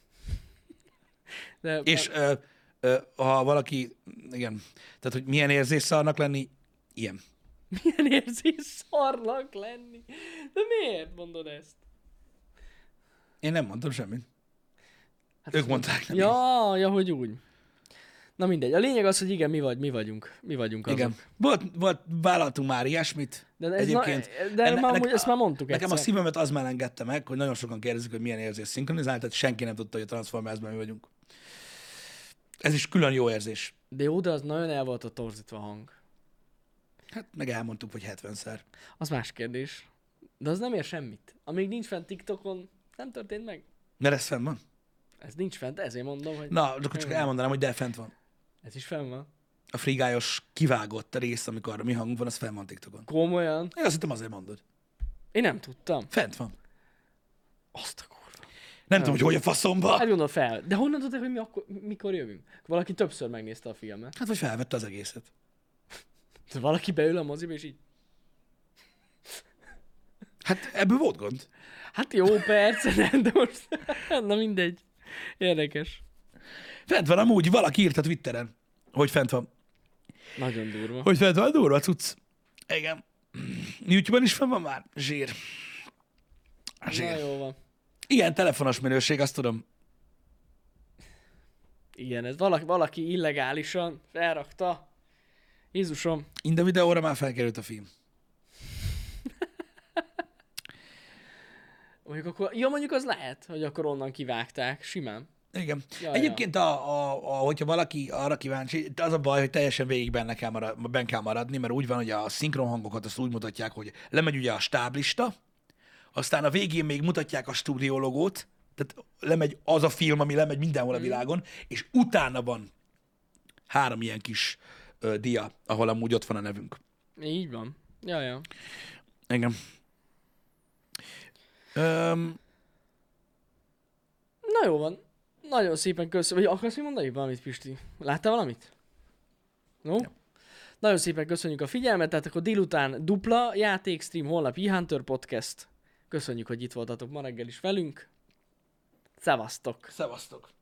De És ha valaki, igen, tehát hogy milyen érzés szarnak lenni, ilyen. milyen érzés szarnak lenni? De miért mondod ezt? Én nem mondtam semmit. Hát Ők mondták, nem én. Ja, hogy úgy. Na mindegy. A lényeg az, hogy igen, mi vagyunk. Mi vagyunk azok. Igen. Vállaltunk már ilyesmit. De ez Egyébként. ezt már mondtuk Nekem egyszer. a szívemet az már engedte meg, hogy nagyon sokan kérdezik, hogy milyen érzés szinkronizálni, tehát senki nem tudta, hogy a Transformersben mi vagyunk. Ez is külön jó érzés. De jó, de az nagyon el volt a torzítva a hang. Hát meg elmondtuk, hogy 70-szer. Az más kérdés. De az nem ér semmit. Amíg nincs fent TikTokon, nem történt meg. Mert ez fenn van? Ez nincs fent, ezért mondom, hogy Na, akkor csak elmondanám, hogy de fent van. ez is fenn van. A frigályos kivágott rész, amikor a mi hangunk van, az fenn van TikTokon. Komolyan? Én azt hittem azért mondod. Én nem tudtam. Fent van. Azt a kurva. Nem tudom, hogy a faszomba. Hát gondolom fel. De honnan tudták, hogy mikor jövünk? Valaki többször megnézte a filmet. Hát vagy felvette az egészet. Valaki beül a moziba, és így... Hát ebből volt gond. Hát jó, persze, nem, de most... Na mindegy. Érdekes. Fent van amúgy, valaki írt a Twitteren, hogy fent van. Nagyon durva. Hogy fent van, durva cucc. Igen. YouTube-on is fenn van már? Zsír. Na Zsír. jó van. Igen, telefonos minőség, azt tudom. Igen, ez valaki illegálisan felrakta. Jézusom. Inde videóra már felkerült a film. Mondjuk az lehet, hogy akkor onnan kivágták, simán. Igen. Ja, Egyébként, hogyha valaki arra kíváncsi, az a baj, hogy teljesen végig benne kell maradni, mert úgy van, hogy a szinkron hangokat azt úgy mutatják, hogy lemegy ugye a stáblista, aztán a végén még mutatják a stúdiólogót, tehát lemegy az a film, ami lemegy mindenhol a világon, és utána van 3 ilyen kis dia, ahol amúgy ott van a nevünk. Így van. Ja. Igen. Na jó van. Nagyon szépen köszönöm. Vagy akarsz még mondani valamit, Pisti? Láttál valamit? No? Ja. Nagyon szépen köszönjük a figyelmet, tehát akkor délután dupla játékstream, holnap eHunter Podcast. Köszönjük, hogy itt voltatok ma reggel is velünk. Szevasztok! Szevasztok!